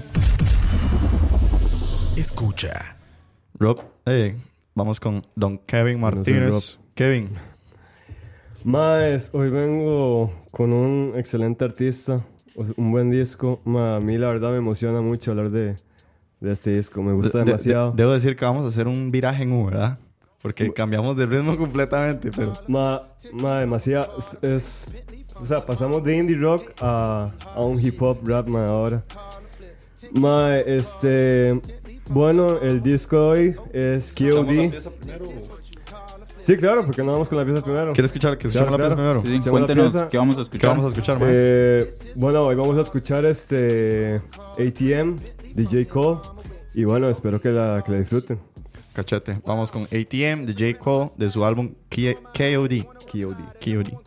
Escucha.
Rob, eh, vamos con Don Kevin
no soy
Martínez. Kevin,
Más, hoy vengo con un excelente artista, un buen disco. Ma, a mí la verdad me emociona mucho hablar de, de este disco, me gusta
de- de-
demasiado.
debo decir que vamos a hacer un viraje en U, ¿verdad? Porque cambiamos de ritmo completamente, pero...
Ma, ma, demasiado, es, es- o sea, pasamos de indie rock a, a un hip hop rap, ma, ahora. Ma, este, bueno, el disco de hoy es K O D. Sí, claro, porque no vamos con la pieza primero.
¿Quieres escuchar que escuchemos
Claro,
la pieza
claro.
primero?
Sí, sí,
Escuchemos la
cuéntenos
pieza.
qué vamos a
¿Qué
escuchar.
vamos a escuchar, man?
Eh, bueno, hoy vamos a escuchar este A T M, D J Cole. Y bueno, espero que la, que la disfruten.
Cachete. Vamos con A T M de J. Cole de su álbum K- K.O.D.
K O D.
K O D.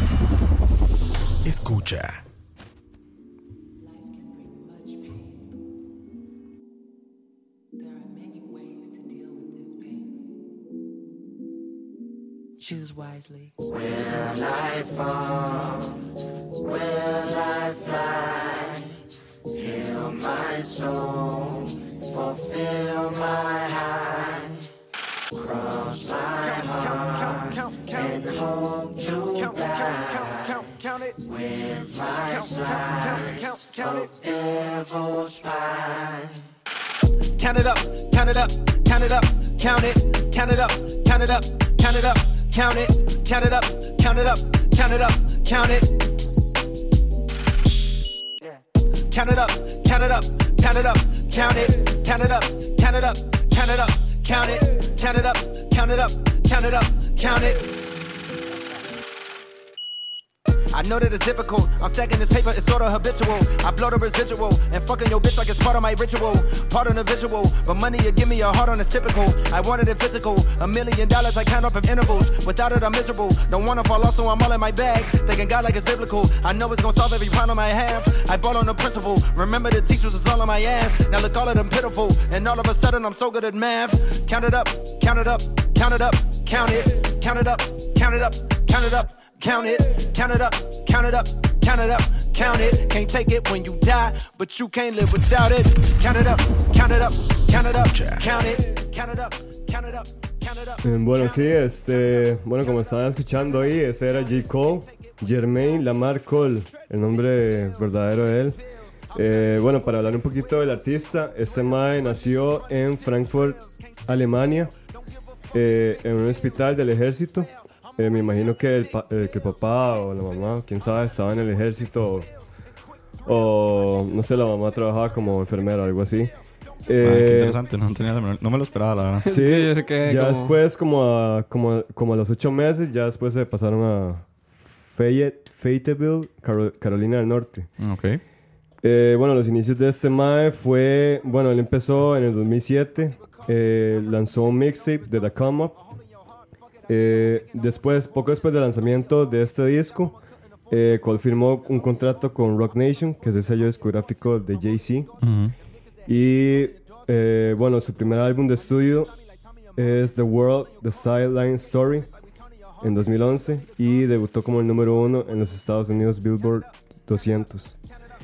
Escucha.
There are many ways to deal with this pain. Choose wisely.
Count it up, count it up, count it up, count it, count it up, count it up, count it up, count it, count it up, count it up, count it up, count it. Count it up, count it up, count it up, count it, count it up, count it up, count it up, count it, count it up, count it up, count it up, count it. I know that it's difficult. I'm stacking this paper, it's sorta habitual. I blow the residual and fucking your bitch like it's part of my ritual. Part of the visual, but money you give me a heart on it's typical. I wanted it physical. A million dollars I count up in intervals. Without it I'm miserable. Don't wanna fall off, so I'm all in my bag. Thinking God like it's biblical. I know it's gonna solve every problem I have. I bought on the principle. Remember the teachers was all on my ass. Now look all of them pitiful. And all of a sudden I'm so good at math. Count it up, count it up, count it up, count it, count it up, count it up, count it up. Count it, count it up, count it up, count it up, count it. Can't take it when you die, but you can't live without it. Count it up, count it up, count it up, count it, count it up, count it up, count it up.
Eh, Bueno, sí, este, bueno, como estaban escuchando ahí, ese era J. Cole, Jermaine Lamar Cole, el nombre verdadero de él. Eh, bueno, para hablar un poquito del artista, este mae nació en Frankfurt, Alemania, eh, en un hospital del ejército. Eh, me imagino que el, pa- eh, que el papá o la mamá, quién sabe, estaba en el ejército o, o, no sé, la mamá trabajaba como enfermera o algo así.
Ah,
Eh,
qué interesante, no, tenía, no me lo esperaba, la verdad.
Sí,
Sí, yo sé que
ya
como-
después, como a, como, a, como a los ocho meses, ya después se pasaron a Fayette, Fayetteville, Caro- Carolina del Norte.
Ok.
Eh, bueno, los inicios de este mae fue... Bueno, él empezó en el dos mil siete, eh, lanzó un mixtape de The Come Up. Eh, después, poco después del lanzamiento de este disco, eh, Cole firmó un contrato con Rock Nation, que es el sello discográfico de Jay-Z.
Ujú.
Y eh, bueno, su primer álbum de estudio es The World, The Sideline Story en dos mil once y debutó como el número uno en los Estados Unidos Billboard doscientos.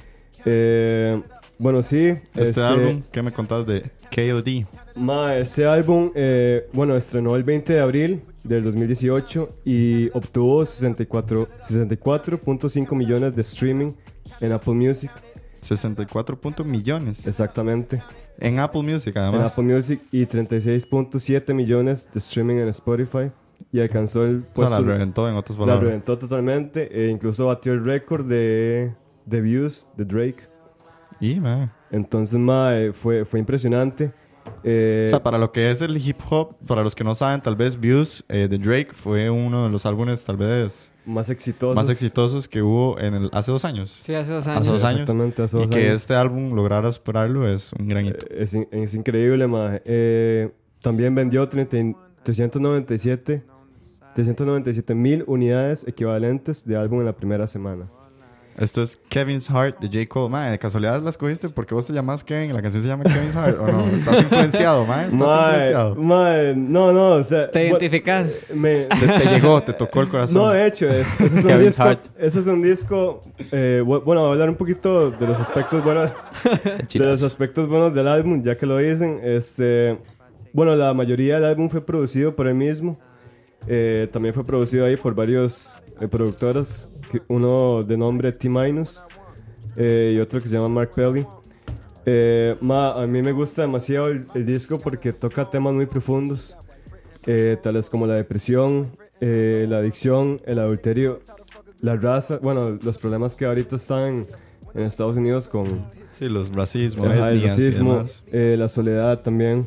Eh, bueno, sí.
Este, álbum, ¿qué me contás de K O D?
Ma, este álbum, eh, bueno, estrenó el veinte de abril del dos mil dieciocho y obtuvo sesenta y cuatro punto cinco millones de streaming en Apple Music.
sesenta y cuatro punto millones.
Exactamente.
En Apple Music,
En
además.
Apple Music y treinta y seis punto siete millones de streaming en Spotify y alcanzó el
O sea,
puesto.
la reventó, en otras
la
palabras.
reventó totalmente e incluso batió el récord de, de views de Drake.
Y, man.
Entonces, ma, eh, fue, fue impresionante. Eh,
O sea, para lo que es el hip hop, para los que no saben, tal vez Views eh, de Drake fue uno de los álbumes tal vez
más exitosos.
más exitosos que hubo en el, hace dos años.
Sí, hace dos años.
Hace dos años.
Exactamente, hace
Y
dos
que
años.
este álbum lograra superarlo es un gran hito.
Eh, Es, in- es increíble, ma. Eh, también vendió treinta y- trescientos noventa y siete mil unidades equivalentes de álbum en la primera semana.
Esto es Kevin's Heart de J. Cole. Mae, de casualidad las cogiste porque vos te llamas Kevin. La canción se llama Kevin's Heart. ¿O no? ¿Estás influenciado, mae? ¿Estás
Mae,
influenciado?
mae, no, no, o sea...
¿Te
bu-
identificas?
Me,
Te, te llegó, te tocó el corazón.
no, de hecho, es, ese es un
Kevin's
disco...
Heart.
Ese es un disco... eh, bu- bueno, voy a hablar un poquito de los aspectos buenos... de los aspectos buenos del álbum, ya que lo dicen. Este... Bueno, la mayoría del álbum fue producido por él mismo. Eh, también fue producido ahí por varios eh, productores. que- Uno de nombre T-Minus eh, y otro que se llama Mark Pelly. Eh, ma, a mí me gusta demasiado el, el disco porque toca temas muy profundos, eh, tales como la depresión, eh, la adicción, el adulterio, la raza, bueno, los problemas que ahorita están en, en Estados Unidos con
Sí, los racismo,
ajá, el
etnias y
racismo,
demás.
eh, la soledad también.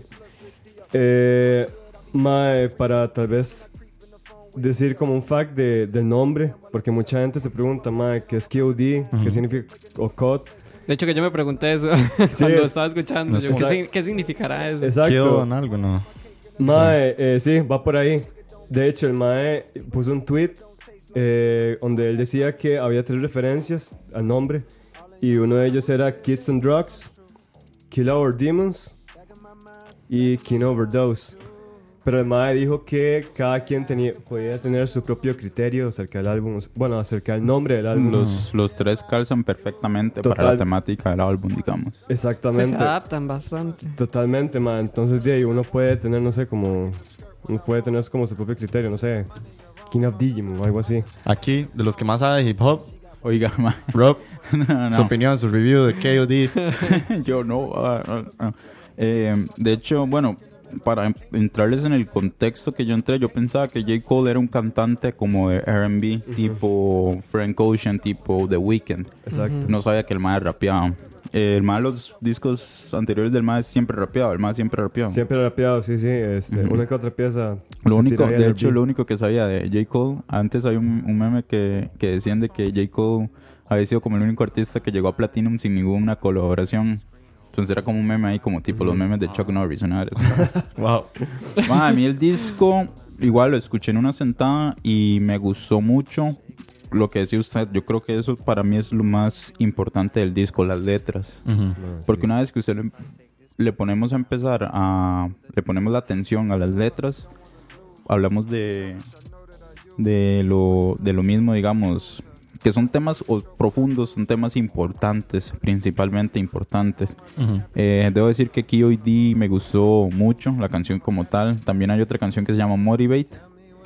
Eh, ma, eh, para tal vez decir como un fact de, del nombre, porque mucha gente se pregunta, ma, ¿qué es K O D? ¿Qué significa o C O D?
De hecho, que yo me pregunté eso cuando lo
es-
estaba escuchando.
no es
Yo,
como-
¿qué, sign- qué significará eso?
Exacto.
Quedó en algo, ¿no?
Mae, eh, sí, va por ahí. De hecho, el Mae puso un tweet eh, donde él decía que había tres referencias al nombre. Y uno de ellos era Kids on Drugs, Kill Our Demons y King Overdose. Pero el Mae dijo que cada quien tenía, podía tener su propio criterio acerca del álbum. Bueno, acerca del nombre del álbum.
Los, los tres calzan perfectamente para
Total.
la temática del álbum, digamos.
Sí, se
Exactamente.
adaptan bastante.
Totalmente, Mae. Entonces, de ahí uno puede tener, no sé, como... Uno puede tener como su propio criterio, no sé. King of Digimon o algo así.
Aquí, de los que más sabe de hip hop,
Oiga, ma,
Rob,
no, no.
su opinión, su review de K O D.
Yo no. ah, ah, ah. Eh, de hecho, bueno, para en- entrarles en el contexto que yo entré, yo pensaba que J. Cole era un cantante como de R and B, tipo Frank Ocean, tipo The Weeknd.
Exacto.
No sabía que el mae rapeaba. Eh, el mae, los discos anteriores del mae siempre rapeaba, el mae siempre rapeaba.
Siempre rapeado, sí, sí. Este, Una que otra pieza.
Lo
se
único,
tira ahí en
de
el
hecho,
beat.
lo único que sabía de J. Cole, antes hay un, un meme que, que decían de que J. Cole había sido como el único artista que llegó a Platinum sin ninguna colaboración. Entonces era como un meme ahí, como tipo los memes de Chuck Norris. Una vez.
Wow.
Ma, a mí el disco, igual lo escuché en una sentada y me gustó mucho. Lo que decía usted, yo creo que eso para mí es lo más importante del disco, las letras. Porque una vez que usted le, le ponemos a empezar a... Le ponemos la atención a las letras, hablamos de... De lo, de lo mismo, digamos, que son temas o- profundos, son temas importantes, principalmente importantes. Eh, debo decir que K O D me gustó mucho, la canción como tal. También hay otra canción que se llama Motivate,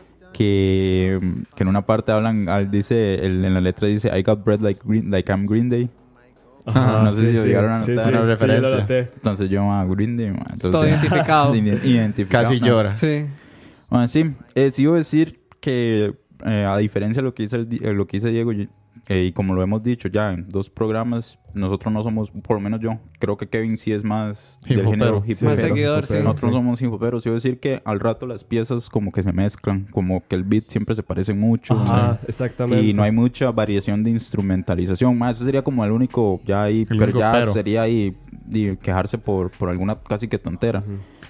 que, que en una parte hablan, al- dice, el- en la letra dice I got bread like, green, like I'm Green Day.
Ajá,
no sé si lo llegaron a
sí,
notar.
sí,
Una
sí,
referencia.
yo lo noté.
Entonces yo a Green Day, ma, entonces-
Todo identificado.
Ident- identificado.
Casi
¿no?
llora.
Sí.
Bueno, sí, eh, sí iba a decir que eh, a diferencia de lo que dice, el di- eh, lo que dice Diego, y, eh, y como lo hemos dicho ya en dos programas, nosotros no somos, por lo menos yo, creo que Kevin sí es más del
Hip-hopero.
género hip
Sí,
Más
hopero.
seguidor, sí.
Nosotros no somos hip-hoperos. Iba a decir que al rato las piezas como que se mezclan, como que el beat siempre se parecen mucho.
Ajá, exactamente.
Y no hay mucha variación de instrumentalización. Más, eso sería como el único, ya ahí, pero
único
ya
pero.
sería ahí di, quejarse por, por alguna casi que tontera.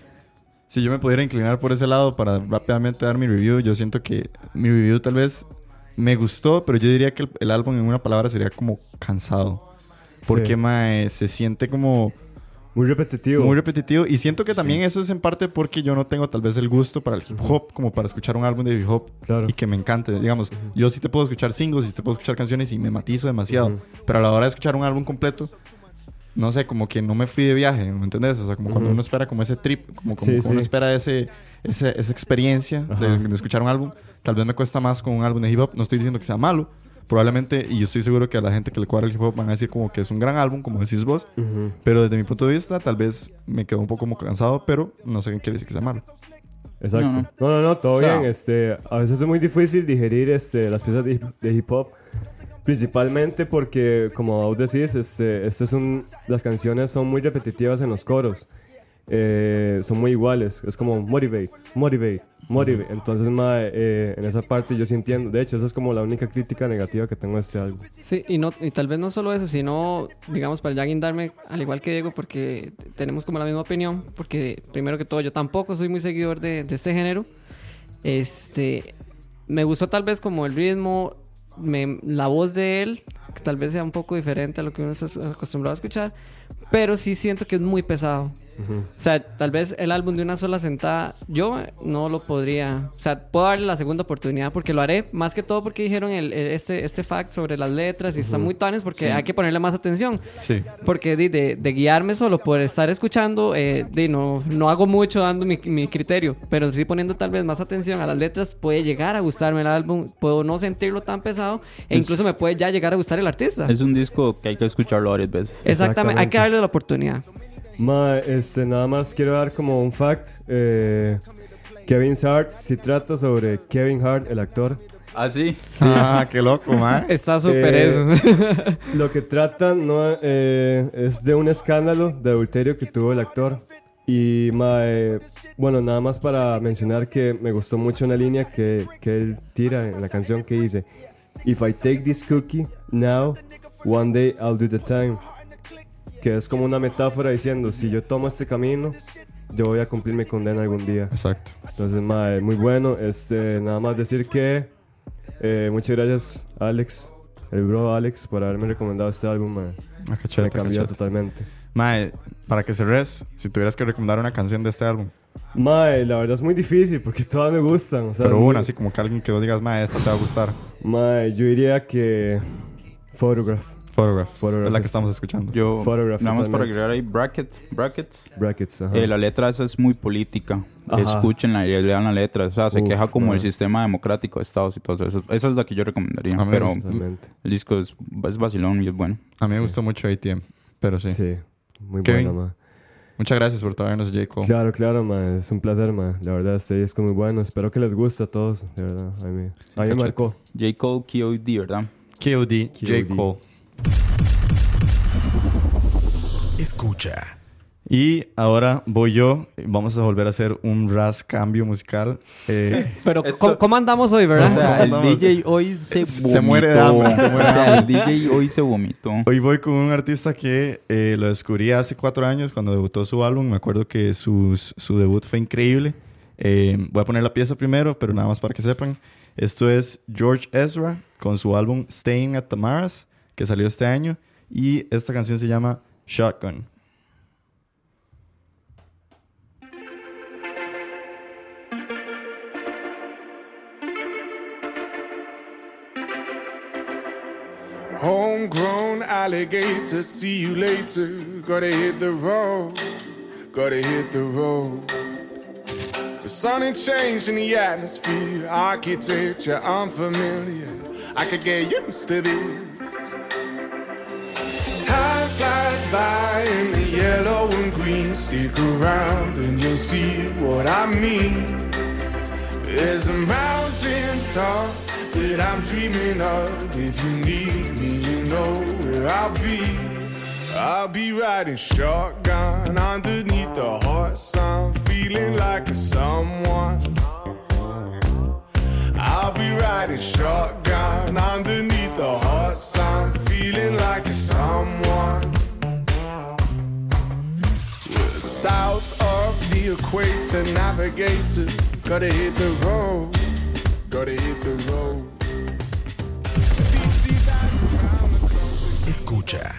Si yo me pudiera inclinar por ese lado para rápidamente dar mi review, yo siento que mi review tal vez me gustó, pero yo diría que el, el álbum en una palabra sería como cansado. Porque,
Sí.
mae, se siente como
Muy repetitivo.
muy repetitivo. Y siento que también eso es en parte porque yo no tengo tal vez el gusto para el hip hop, como para escuchar un álbum de hip hop
Claro.
y que me encante. Digamos, yo sí te puedo escuchar singles, sí te puedo escuchar canciones y me matizo demasiado. Pero a la hora de escuchar un álbum completo, no sé, como que no me fui de viaje, ¿me entendés? O sea, como cuando uno espera como ese trip, como, como,
Sí,
como uno
sí.
espera ese, ese, esa experiencia de,
Ajá.
de escuchar un álbum. Tal vez me cuesta más con un álbum de hip hop. No estoy diciendo que sea malo. Probablemente, y yo estoy seguro que a la gente que le cuadra el hip hop van a decir como que es un gran álbum, como decís vos.
Ujú.
Pero desde mi punto de vista, tal vez me quedó un poco como cansado, pero no sé qué quiere decir que sea malo.
Exacto.
No,
No,
no.
no, no, todo
O sea-
bien. Este, a veces es muy difícil digerir este, las piezas de, hip- de hip hop. Principalmente porque, como vos decís, este, este es un, las canciones son muy repetitivas en los coros. Eh, son muy iguales. Es como motivate, motivate, motivate. Entonces, mae, eh, en esa parte yo sí entiendo. De hecho, esa es como la única crítica negativa que tengo a este álbum.
Sí, y, no, y tal vez no solo eso, sino, digamos, para ya guindarme, al igual que Diego, porque t- tenemos como la misma opinión, porque primero que todo yo tampoco soy muy seguidor de, de este género. Este, me gustó tal vez como el ritmo, me, la voz de él que tal vez sea un poco diferente a lo que uno está acostumbrado a escuchar, pero sí siento que es muy pesado. Uh-huh. O sea, tal vez el álbum de una sola sentada yo no lo podría, o sea, puedo darle la segunda oportunidad porque lo haré, más que todo porque dijeron el, el, este, este fact sobre las letras y uh-huh. están muy tanes porque sí. hay que ponerle más atención.
Sí.
Porque de, de, de guiarme solo por estar escuchando, eh, de, no, no hago mucho dando mi, mi criterio, pero sí poniendo tal vez más atención a las letras puede llegar a gustarme el álbum, puedo no sentirlo tan pesado e es, incluso me puede ya llegar a gustar el artista.
Es un disco que hay que escucharlo varias veces.
Exactamente, Exactamente. Hay que darle la oportunidad.
Ma, este, nada más quiero dar como un fact. Eh, Kevin Hart sí trata sobre Kevin Hart, el actor.
Ah, sí.
sí. Ah, qué loco, man.
Está súper eh,
eso. Lo que tratan no, eh, es de un escándalo de adulterio que tuvo el actor. Y, ma, eh, bueno, nada más para mencionar que me gustó mucho una línea que, que él tira en la canción que dice: If I take this cookie now, one day I'll do the time. Que es como una metáfora diciendo, si yo tomo este camino, yo voy a cumplir mi condena algún día.
Exacto.
Entonces, mae, muy bueno. Este, nada más decir que eh, muchas gracias, Alex, el bro Alex, por haberme recomendado este álbum, mae.
A cachete,
me cambió
a cachete.
totalmente.
Mae, para que cerres, si tuvieras que recomendar una canción de este álbum.
Mae, la verdad es muy difícil porque todas me gustan. O sea,
pero una,
muy...
así como que alguien que vos digas, mae, esta te va a gustar.
Mae, yo diría que Photograph.
Photograph,
Photograph
es la que estamos escuchando.
Yo,
Photograph,
nada más
totalmente.
para agregar ahí, bracket, brackets.
Brackets, ajá.
Eh, la letra esa es muy política. Ajá. Escúchenla y lean la letra. O sea, se
Uf,
queja como
man.
el sistema democrático de Estados y todo eso. Esa es la que yo recomendaría.
A mí
pero
totalmente.
el disco es, es vacilón y es bueno.
A mí me
sí.
gustó mucho A T M, pero sí.
Sí, muy
Kevin,
bueno, ma.
Muchas gracias por traernos J. Cole.
Claro, claro, ma. Es un placer, ma. La verdad, este disco es muy bueno. Espero que les guste a todos, de verdad. A mí,
Sí,
a mí me marcó.
J. Cole, K O D, ¿verdad?
K O D, J. Cole.
Escucha.
Y ahora voy yo. Vamos a volver a hacer un ras cambio musical. Eh,
Pero,
Esto-
¿cómo, cómo andamos hoy, verdad?
O sea, el
No,
D J hoy se vomitó.
Se muere de hambre, se muere de
O sea, el
hambre.
D J hoy se vomitó.
Hoy voy con un artista que eh, lo descubrí hace cuatro años cuando debutó su álbum. Me acuerdo que sus- su debut fue increíble. Eh, voy a poner la pieza primero, pero nada más para que sepan. Esto es George Ezra con su álbum Staying at Tamara's, que salió este año. Y esta canción se llama Shotgun.
Homegrown alligator, see you later. Gotta hit the road, gotta hit the road. The sun ain't changed in the atmosphere, architecture unfamiliar. I could get used to this. Time flies by in the yellow and green. Stick around and you'll see what I mean. There's a mountain top that I'm dreaming of. If you need me, you know where I'll be. I'll be riding shotgun underneath the hot sun, feeling like a someone. I'll be riding shotgun underneath the hot sun, feeling like a someone. We're south of the equator, navigator. Gotta hit the road, gotta hit the road. Deep sea dive around the globe.
Escucha.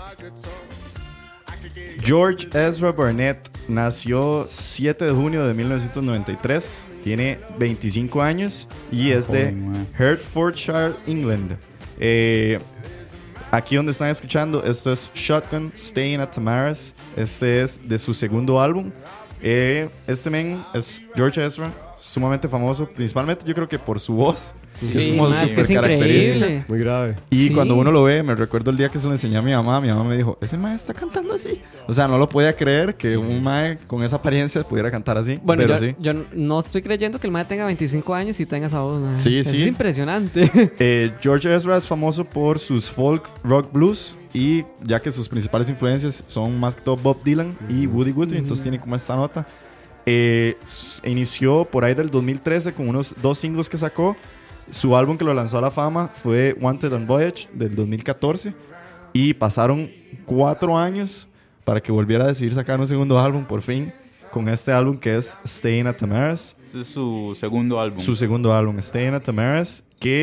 George Ezra Burnett nació siete de junio de mil novecientos noventa y tres. Tiene veinticinco años y es de Hertfordshire, England. Eh, aquí donde están escuchando, esto es Shotgun, Staying at Tamara's. Este es de su segundo álbum. Eh, este men es George Ezra, sumamente famoso, principalmente yo creo que por su voz.
Sí,
es como
ma, es que es
súper característica.
increíble.
Muy grave.
Y
Sí.
cuando uno lo ve, me recuerdo el día que se lo enseñé a mi mamá. Mi mamá me dijo, ese mae está cantando así. O sea, no lo podía creer que un mae con esa apariencia pudiera cantar así.
Bueno,
pero
yo,
sí.
yo no estoy creyendo que el mae tenga veinticinco años y tenga esa voz, mae.
Sí,
Eso
sí.
Es impresionante.
Eh, George Ezra es famoso por sus folk, rock, blues. Y ya que sus principales influencias son más que todo Bob Dylan y Woody Guthrie. Entonces tiene como esta nota. Eh, s- inició por ahí del dos mil trece con unos dos singles que sacó. Su álbum que lo lanzó a la fama fue Wanted on Voyage del dos mil catorce. Y pasaron cuatro años para que volviera a decidir sacar un segundo álbum por fin. Con este álbum que es Staying at Tamara's.
Este es su segundo álbum.
Su segundo álbum, Staying at Tamara's. Que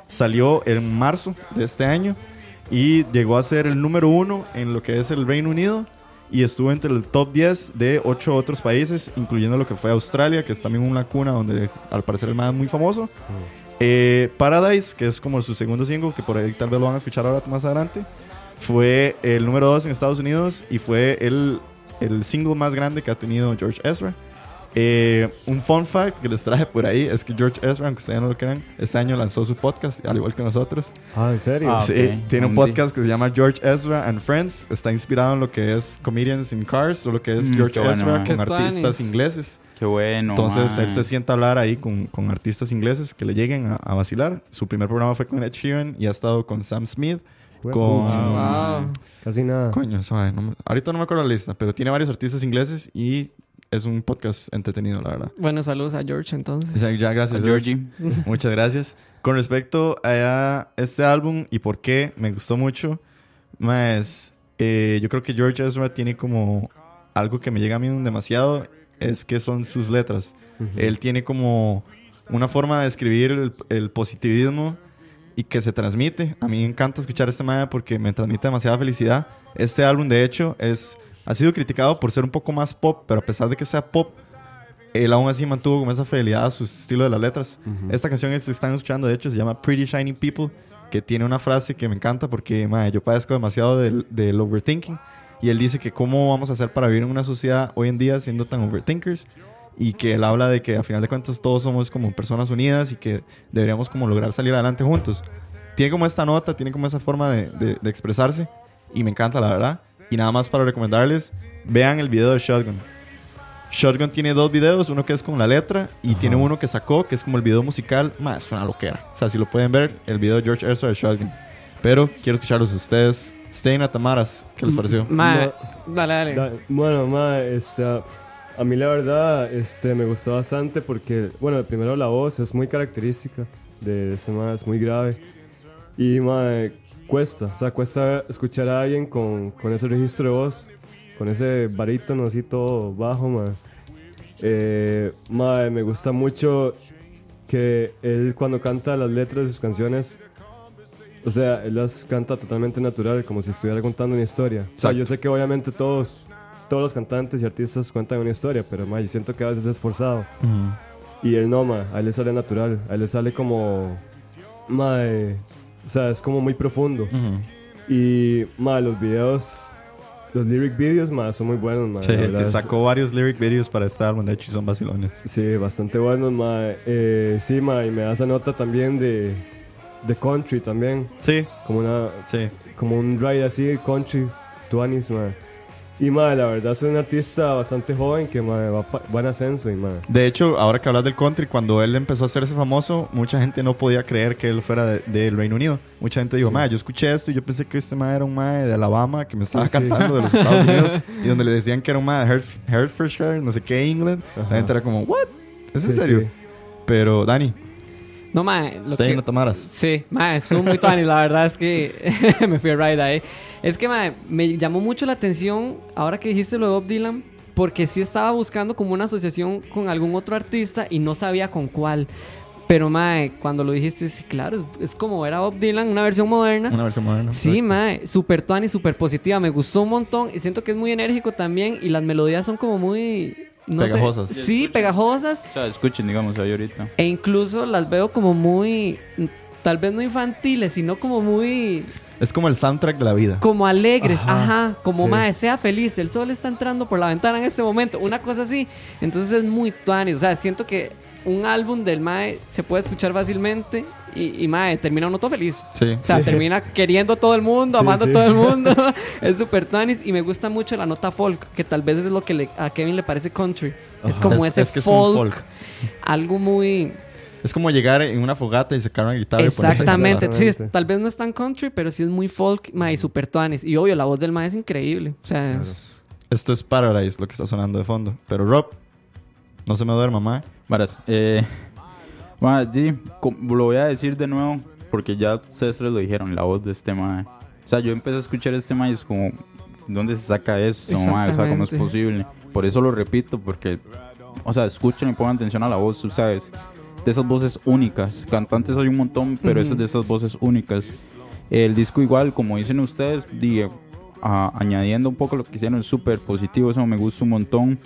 Salió en marzo de este año y llegó a ser el número uno en lo que es el Reino Unido y estuvo entre el top diez de ocho otros países, incluyendo lo que fue Australia, que es también una cuna donde al parecer el man es muy famoso. Mm. Eh, Paradise, que es como su segundo single, que por ahí tal vez lo van a escuchar ahora más adelante, fue el número dos en Estados Unidos y fue el, el single más grande que ha tenido George Ezra. Eh, un fun fact que les traje por ahí es que George Ezra, aunque ustedes no lo crean, este año lanzó su podcast, al igual que nosotros.
Ah, ¿en serio?
Ah,
Sí,
ok.
tiene un
Un
podcast que se llama George Ezra and Friends. Está inspirado en lo que es Comedians in Cars o lo que es
Mm,
George
qué bueno,
Ezra
man.
con
Qué
artistas
tuanis.
ingleses.
Qué bueno.
Entonces
man.
él se sienta a hablar ahí con, con artistas ingleses que le lleguen a, a vacilar. Su primer programa fue con Ed Sheeran y ha estado con Sam Smith,
Buen
con...
pucha.
Wow.
Casi nada.
Coño, suave, no me- ahorita no me acuerdo la lista, pero tiene varios artistas ingleses y es un podcast entretenido, la verdad.
Bueno, saludos a George entonces.
O sea, ya, gracias.
A Georgie.
Muchas gracias. Con respecto a este álbum y por qué me gustó mucho, más eh, yo creo que George Ezra tiene como algo que me llega a mí demasiado, es que son sus letras.
Ujú.
Él tiene como una forma de escribir el, el positivismo y que se transmite. A mí me encanta escuchar este man porque me transmite demasiada felicidad. Este álbum, de hecho, es, ha sido criticado por ser un poco más pop, pero a pesar de que sea pop, él aún así mantuvo como esa fidelidad a su estilo de las letras.
Ujú.
Esta canción que están escuchando, de hecho, se llama Pretty Shiny People, que tiene una frase que me encanta porque, madre, yo padezco demasiado del, del overthinking. Y él dice que cómo vamos a hacer para vivir en una sociedad hoy en día siendo tan overthinkers. Y que él habla de que a final de cuentas todos somos como personas unidas y que deberíamos como lograr salir adelante juntos. Tiene como esta nota, tiene como esa forma de, de, de expresarse. Y me encanta, la verdad. Y nada más para recomendarles, vean el video de Shotgun. Shotgun tiene dos videos, uno que es con la letra y tiene uno que sacó, que es como el video musical. Más, es una loquera. O sea, si lo pueden ver, el video de George Ezra de Shotgun. Pero quiero escucharlos a ustedes. Staying at Tamaras, ¿qué les pareció?
Ma, dale, dale.
Da- bueno, ma, este, a a mí la verdad este, me gustó bastante porque, bueno, primero la voz es muy característica de este ma, es muy grave. Y, ma, cuesta, o sea, cuesta escuchar a alguien con, con ese registro de voz, con ese barítono así todo bajo, ma. Eh, ma, me gusta mucho que él cuando canta las letras de sus canciones, o sea, él las canta totalmente natural, como si estuviera contando una historia. O sea,
Exacto.
yo sé que obviamente todos, todos los cantantes y artistas cuentan una historia, pero ma, yo siento que a veces es forzado.
Ujú.
Y él no, ma, a él le sale natural, a él le sale como, ma, eh, o sea, es como muy profundo.
Ujú.
Y, ma, los videos, los lyric videos, ma, son muy buenos, ma.
Sí,
la verdad
te
es-
sacó varios lyric videos para este álbum, de hecho, y son vacilones.
Sí, bastante buenos, ma. Eh, sí, ma, y me da esa nota también de, de country también,
Sí,
como una,
sí.
como un ride así de country, tuanis, ma. Y, ma, la verdad soy un artista bastante joven que, ma, va, pa- va en ascenso, y, ma.
De hecho, ahora que hablas del country, cuando él empezó a hacerse famoso, mucha gente no podía creer que él fuera de- del Reino Unido. Mucha gente dijo,
Sí.
mae, yo escuché esto y yo pensé que este mae era un mae de Alabama que me estaba
Sí, sí.
cantando de los Estados Unidos y donde le decían que era un mae de Herf- Hertfordshire, no sé qué, England.
Ajá.
La gente era como, ¿what? ¿Es en
Sí,
serio?
sí.
Pero, Dani,
No, ma, lo
Stay
que...
in the Tamaras.
Sí, ma, estuvo muy tuanis, la verdad es que me fui a ride ahí. Es que, ma, me llamó mucho la atención ahora que dijiste lo de Bob Dylan, porque sí estaba buscando como una asociación con algún otro artista y no sabía con cuál. Pero, ma, cuando lo dijiste, sí, claro, es, es como ver a Bob Dylan, una versión moderna.
Una versión moderna.
Sí,
correcto.
mae, super tuani, super positiva. Me gustó un montón y siento que es muy enérgico también. Y las melodías son como muy. No sé.
Pegajosas.
Sí, pegajosas.
O sea, escuchen, digamos, ahí ahorita.
E incluso las veo como muy. Tal vez no infantiles, sino como muy.
Es como el soundtrack de la vida.
Como alegres,
Ajá,
ajá. Como
sí.
mae, sea feliz. El sol está entrando por la ventana en este momento. Una cosa así. Entonces es muy tuani. O sea, siento que un álbum del mae se puede escuchar fácilmente. Y, y mae, termina uno todo feliz.
Sí.
O sea,
Sí.
termina queriendo a todo el mundo,
Sí,
amando
sí.
a todo el mundo. Es super tuanis y me gusta mucho la nota folk, que tal vez es lo que le- a Kevin le parece country. Es
Ajá.
como
Es-
ese
es que es un
folk,
folk.
algo muy...
Es como llegar en una fogata y sacar una guitarra y ponerse a
Exactamente.
cantar.
Sí,
Exactamente.
tal vez no es tan country, pero sí es muy folk, mae, y super tuanis. Y obvio, la voz del mae es increíble. O sea,
Claro.
Esto es Paradise, lo que está sonando de fondo. Pero Rob, no se me duerma, mae.
Varas, eh, ma, sí, com- lo voy a decir de nuevo porque ya ustedes lo dijeron, la voz de este mae. O sea, yo empecé a escuchar este mae y es como, ¿dónde se saca eso, mae? O sea, ¿cómo es
Exactamente.
posible? Por eso lo repito, porque, o sea, escuchen y pongan atención a la voz, tú sabes. de esas voces únicas. Cantantes hay un montón, pero esas de esas voces únicas. El disco igual, como dicen ustedes, di, a, añadiendo un poco lo que hicieron, es súper positivo, eso me gusta un montón.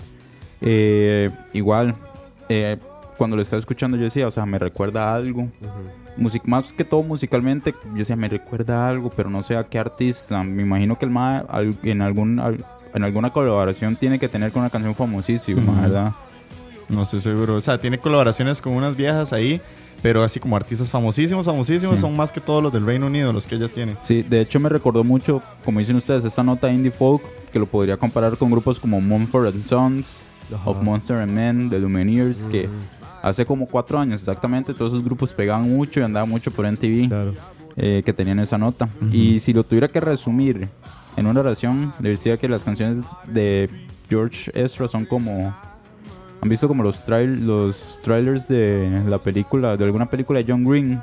Eh, igual, eh, cuando lo estaba escuchando yo decía, o sea, me recuerda a algo. Uh-huh. Music, más que todo musicalmente, yo decía, me recuerda a algo, pero no sé a qué artista. Me imagino que el M A E en, algún, en alguna colaboración tiene que tener con una canción famosísima, uh-huh. ¿verdad?
No estoy seguro. O sea, tiene colaboraciones con unas viejas ahí, pero así como artistas famosísimos, famosísimos, sí. Son más que todos los del Reino Unido, los que ella tiene.
Sí, de hecho me recordó mucho, como dicen ustedes, esta nota indie folk, que lo podría comparar con grupos como Mumford and Sons, uh-huh. Of Monster and Men, The Lumineers, uh-huh. que hace como cuatro años exactamente, todos esos grupos pegaban mucho y andaban mucho por M T V, claro. eh, que tenían esa nota. Uh-huh. Y si lo tuviera que resumir en una oración, le decía que las canciones de George Ezra son como... ¿Han visto como los, trail, los trailers de la película, de alguna película de John Green?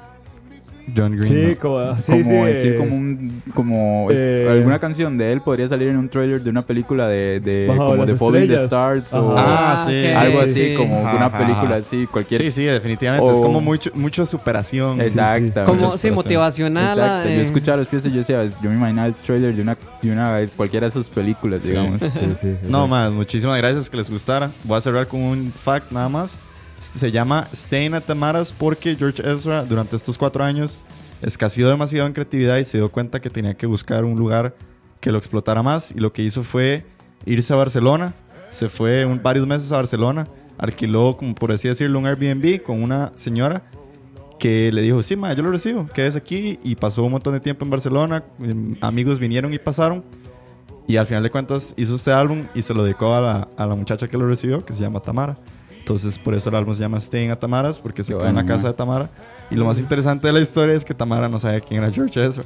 John Green.
Sí,
¿no?
como, sí,
como
sí,
decir,
eh,
como, un, como
eh,
es, alguna canción de él podría salir en un trailer de una película de, de como de
las
Falling the
estrellas.
Stars
Ajá.
o
Ah, sí,
algo
sí,
así,
sí.
como
Ajá.
una película así, cualquier.
Sí, sí, definitivamente.
O-
Es como mucho, mucho superación.
Exacto.
Como,
Mucha
sí,
superación.
motivacional.
Exacto.
eh,
Yo escuchaba los pies y yo decía, yo me imaginaba el trailer de una, de una cualquiera de esas películas,
Sí.
digamos.
Sí, sí,
No,
exacto.
más, muchísimas gracias, que les gustara. Voy a cerrar con un fact nada más. Se llama Staying at Tamara's porque George Ezra durante estos cuatro años escaseó demasiado en creatividad y se dio cuenta que tenía que buscar un lugar que lo explotara más, y lo que hizo fue irse a Barcelona. Se fue un, varios meses a Barcelona, alquiló, como por así decirlo, un Airbnb con una señora que le dijo, sí, ma, yo lo recibo, quédese aquí, y pasó un montón de tiempo en Barcelona. Amigos vinieron y pasaron, y al final de cuentas hizo este álbum y se lo dedicó a la, a la muchacha que lo recibió, que se llama Tamara. Entonces por eso el álbum se llama Staying at Tamara's, porque se
Qué
quedó en la
bueno,
casa
man.
de Tamara. Y lo más interesante de la historia es que Tamara no sabía quién era George Ezra.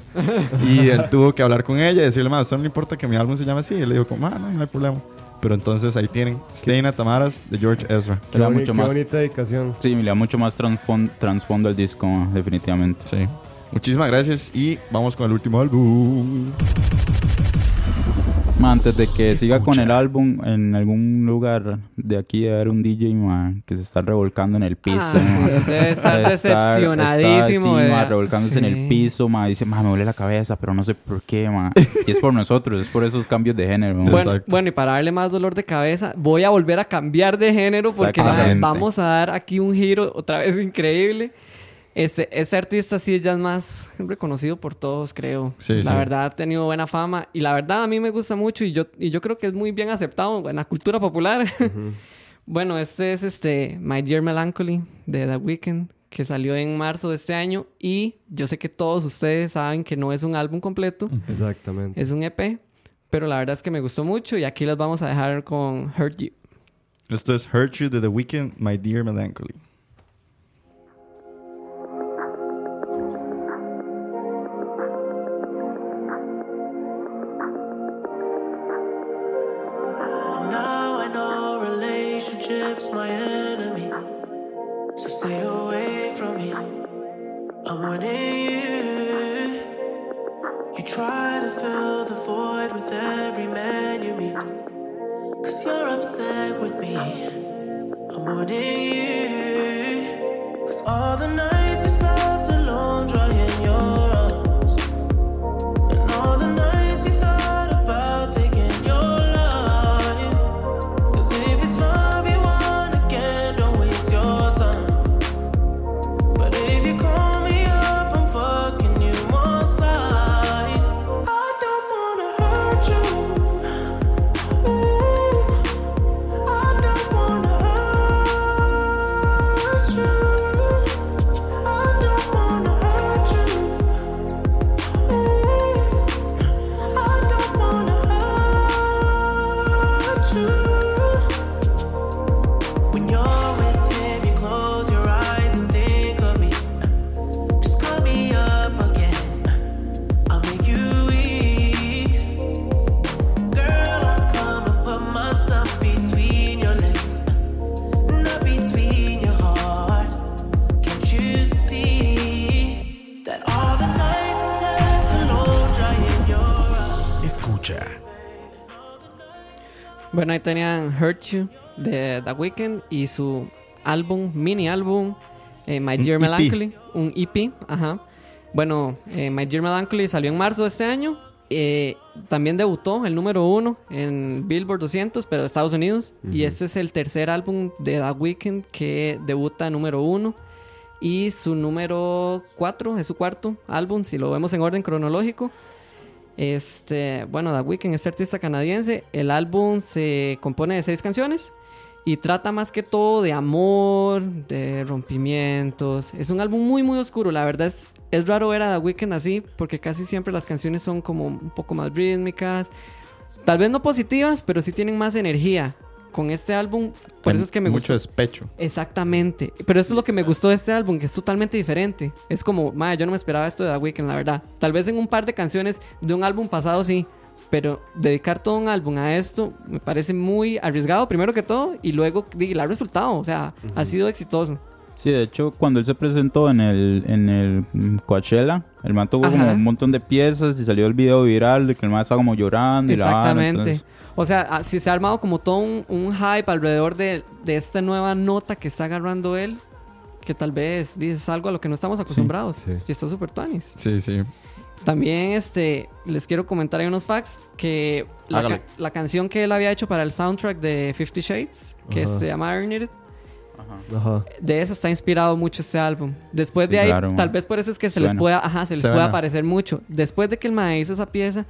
Y él tuvo que hablar con ella y decirle, ma, ¿usted no le importa que mi álbum se llame así? Y él le dijo, como, ah, no, no hay problema. Pero entonces ahí tienen Staying at Tamara's de George Ezra.
Qué,
Le da
boni-
mucho
qué
más.
bonita dedicación.
Sí, le da mucho más transfon- trasfondo al disco, definitivamente.
Sí. Muchísimas gracias y vamos con el último álbum.
Ma, antes de que siga con el álbum, en algún lugar de aquí debe haber un D J, ma, que se está revolcando en el piso.
Ah,
ma.
sí, debe estar
Está-
decepcionadísimo.
está así, ma,
¿verdad?
revolcándose en
Sí.
el piso, ma. Dice, ma, me duele la cabeza, pero no sé por qué, ma. Y es por nosotros, es por esos cambios de género. ma.
Bueno,
Exacto.
bueno, y para darle más dolor de cabeza, voy a volver a cambiar de género porque
Exactamente.
ma, vamos a dar aquí un giro otra vez increíble. Este, ese artista sí ya es más reconocido por todos, creo.
Sí,
la
sí.
verdad ha tenido buena fama y la verdad a mí me gusta mucho y yo, y yo creo que es muy bien aceptado en la cultura popular. Bueno, este es este My Dear Melancholy de The Weeknd, que salió en marzo de este año, y yo sé que todos ustedes saben que no es un álbum completo,
Exactamente.
es un E P, pero la verdad es que me gustó mucho y aquí les vamos a dejar con Hurt You.
Esto es Hurt You de The Weeknd, My Dear Melancholy.
Now I know relationships my enemy, so stay away from me. I'm warning you. You try to fill the void with every man you meet, cause you're upset with me. I'm warning you, cause all the nights you slept alone drying your arms, and all the nights you thought about taking your life. Cause if it's love you want again, don't waste your time. But if you call me up, I'm fucking you on side. I don't wanna hurt you. Ooh, I don't wanna hurt you. I don't wanna hurt you. Ooh, I don't wanna hurt you. When you're with him, you close your eyes and think of me. Just call me up again, I'll make you weak. Girl, I'll come and put myself between your legs, not between your heart. Can't you see that all the nights you slept alone drying your eyes?
Escucha.
Bueno, ahí tenían Hurt You de The Weeknd y su álbum, mini álbum eh, My
Un
Dear
E P.
Melancholy, un E P, ajá. Bueno, eh, My Dear Melancholy salió en marzo de este año. Eh, también debutó el número uno en Billboard doscientos, pero de Estados Unidos.
Ujú.
Y este es el tercer álbum de The Weeknd que debuta número uno. Y su número cuatro es su cuarto álbum, si lo vemos en orden cronológico. Este, bueno, The Weeknd es artista canadiense. El álbum se compone de seis canciones y trata más que todo de amor, de rompimientos. Es un álbum muy muy oscuro. La verdad es, es raro ver a The Weeknd así, porque casi siempre las canciones son como un poco más rítmicas, tal vez no positivas, pero sí tienen más energía. Con este álbum, por
Hay
eso es que me
mucho
gustó.
despecho.
Exactamente. Pero eso es lo que me gustó de este álbum, que es totalmente diferente. Es como, madre, yo no me esperaba esto de The Weeknd, la verdad. Tal vez en un par de canciones de un álbum pasado sí, pero dedicar todo un álbum a esto me parece muy arriesgado, primero que todo, y luego di, el resultado. O sea, uh-huh. ha sido exitoso.
Sí, de hecho, cuando él se presentó en el, en el Coachella, el man tuvo
Ajá.
como un montón de piezas y salió el video viral de que el man estaba como llorando y la vara,
Exactamente.
entonces...
O sea, si se ha armado como todo un, un hype alrededor de, de esta nueva nota que está agarrando él, que tal vez dices algo a lo que no estamos acostumbrados.
Sí, sí.
Y está súper tuanis.
Sí, sí.
También este, les quiero comentar ahí unos facts que la, ca- la canción que él había hecho para el soundtrack de Fifty Shades, que
Ajá.
se llama Earn It,
Ajá.
Ajá.
de eso está inspirado mucho este álbum. Después
Sí,
de ahí,
claro,
tal
man.
vez por eso es que se
Suena.
les pueda, ajá, se les
Suena.
pueda parecer mucho. Después de que el mae hizo esa pieza,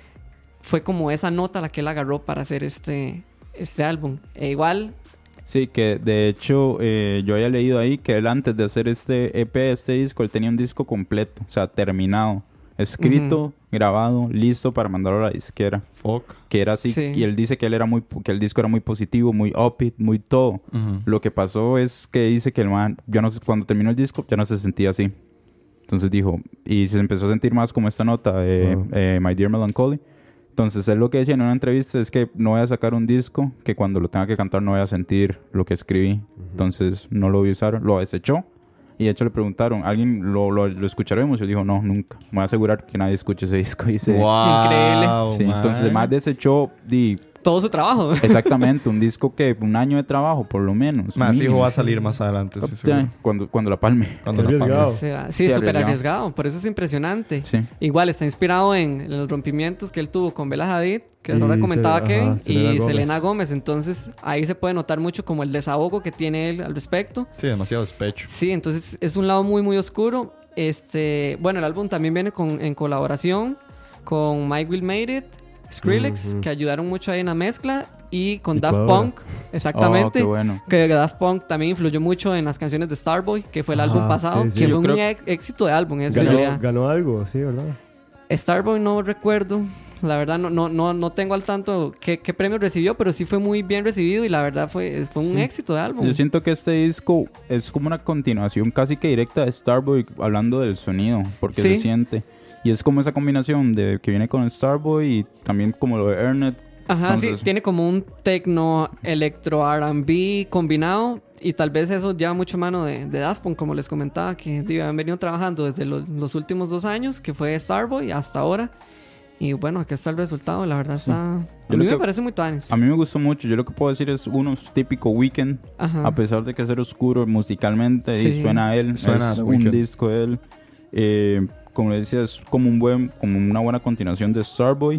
fue como esa nota la que él agarró para hacer este, este álbum. E igual,
Sí, que de hecho eh, yo había leído ahí que él antes de hacer este E P, este disco, él tenía un disco completo, o sea, terminado, escrito,
Ujú.
grabado, listo para mandarlo a la disquera.
Fuck.
Que era así,
Sí.
y él dice que él era muy, que el disco era muy positivo, muy upbeat, muy todo.
Ujú.
Lo que pasó es que dice que el man, yo no sé, cuando terminó el disco ya no se sentía así. Entonces dijo, y se empezó a sentir más como esta nota de
Wow.
eh, My Dear Melancholy. Entonces él lo que decía en una entrevista es que no voy a sacar un disco que cuando lo tenga que cantar no voy a sentir lo que escribí. Entonces no lo voy a usar, lo desechó. Y de hecho le preguntaron, ¿alguien lo, lo, lo escucharemos? Y yo dijo, no, nunca. Me voy a asegurar que nadie escuche ese disco. Dice,
Wow,
Increíble.
sí,
man.
entonces el más desechó di,
todo su trabajo.
exactamente un disco que un año de trabajo por lo menos.
Man,
mínimo.
fijo va a salir más adelante, sí,
Ya,
seguro.
cuando, cuando la palme.
Cuando
Qué
la
arriesgado.
pagues.
Será- Sí,
Sí,
súper
arriesgado.
arriesgado. Por eso es impresionante.
Sí.
Igual está inspirado en, en los rompimientos que él tuvo con Bella Hadid, que
Y
ahora comentaba
Se-
Kevin,
ajá, Selena
y
Gómez.
Selena Gómez. Entonces ahí se puede notar mucho como el desahogo que tiene él al respecto.
Sí, demasiado despecho.
Sí, entonces es un lado muy muy oscuro. Este, bueno, el álbum también viene con, en colaboración con Mike Will Made It, Skrillex,
Ujú.
que ayudaron mucho ahí en la mezcla, y con
Y
Daft
Clover.
Punk, exactamente.
Oh, qué bueno.
Que Daft Punk también influyó mucho en las canciones de Starboy, que fue el
Ajá,
álbum pasado,
sí, sí.
que
Yo
fue un
creo-
ex- éxito de álbum. Eso, en
Ganó,
realidad.
ganó algo, sí, ¿verdad?
Starboy no recuerdo, la verdad no, no, no, no tengo al tanto qué, qué premio recibió, pero sí fue muy bien recibido y la verdad fue, fue un
Sí.
éxito de álbum.
Yo siento que este disco es como una continuación casi que directa de Starboy hablando del sonido, porque
Sí.
se siente. Y es como esa combinación de que viene con Starboy y también como lo de Earn It.
Ajá,
Entonces-
sí, tiene como un techno, electro, R and B combinado y tal vez eso lleva mucho mano de, de Daft Punk, como les comentaba, que digo, han venido trabajando desde los, los últimos dos años, que fue Starboy hasta ahora. Y bueno, aquí está el resultado, la verdad está... A
Yo
mí
lo
me
que-
parece muy tuanis.
A mí me gustó mucho. Yo lo que puedo decir es uno es típico Weeknd.
Ajá.
A pesar de que ser oscuro musicalmente
Sí.
y suena a él,
Suena
es
The
un
Weeknd.
disco de él. Eh, como le decía, es como un buen, como una buena continuación de Starboy.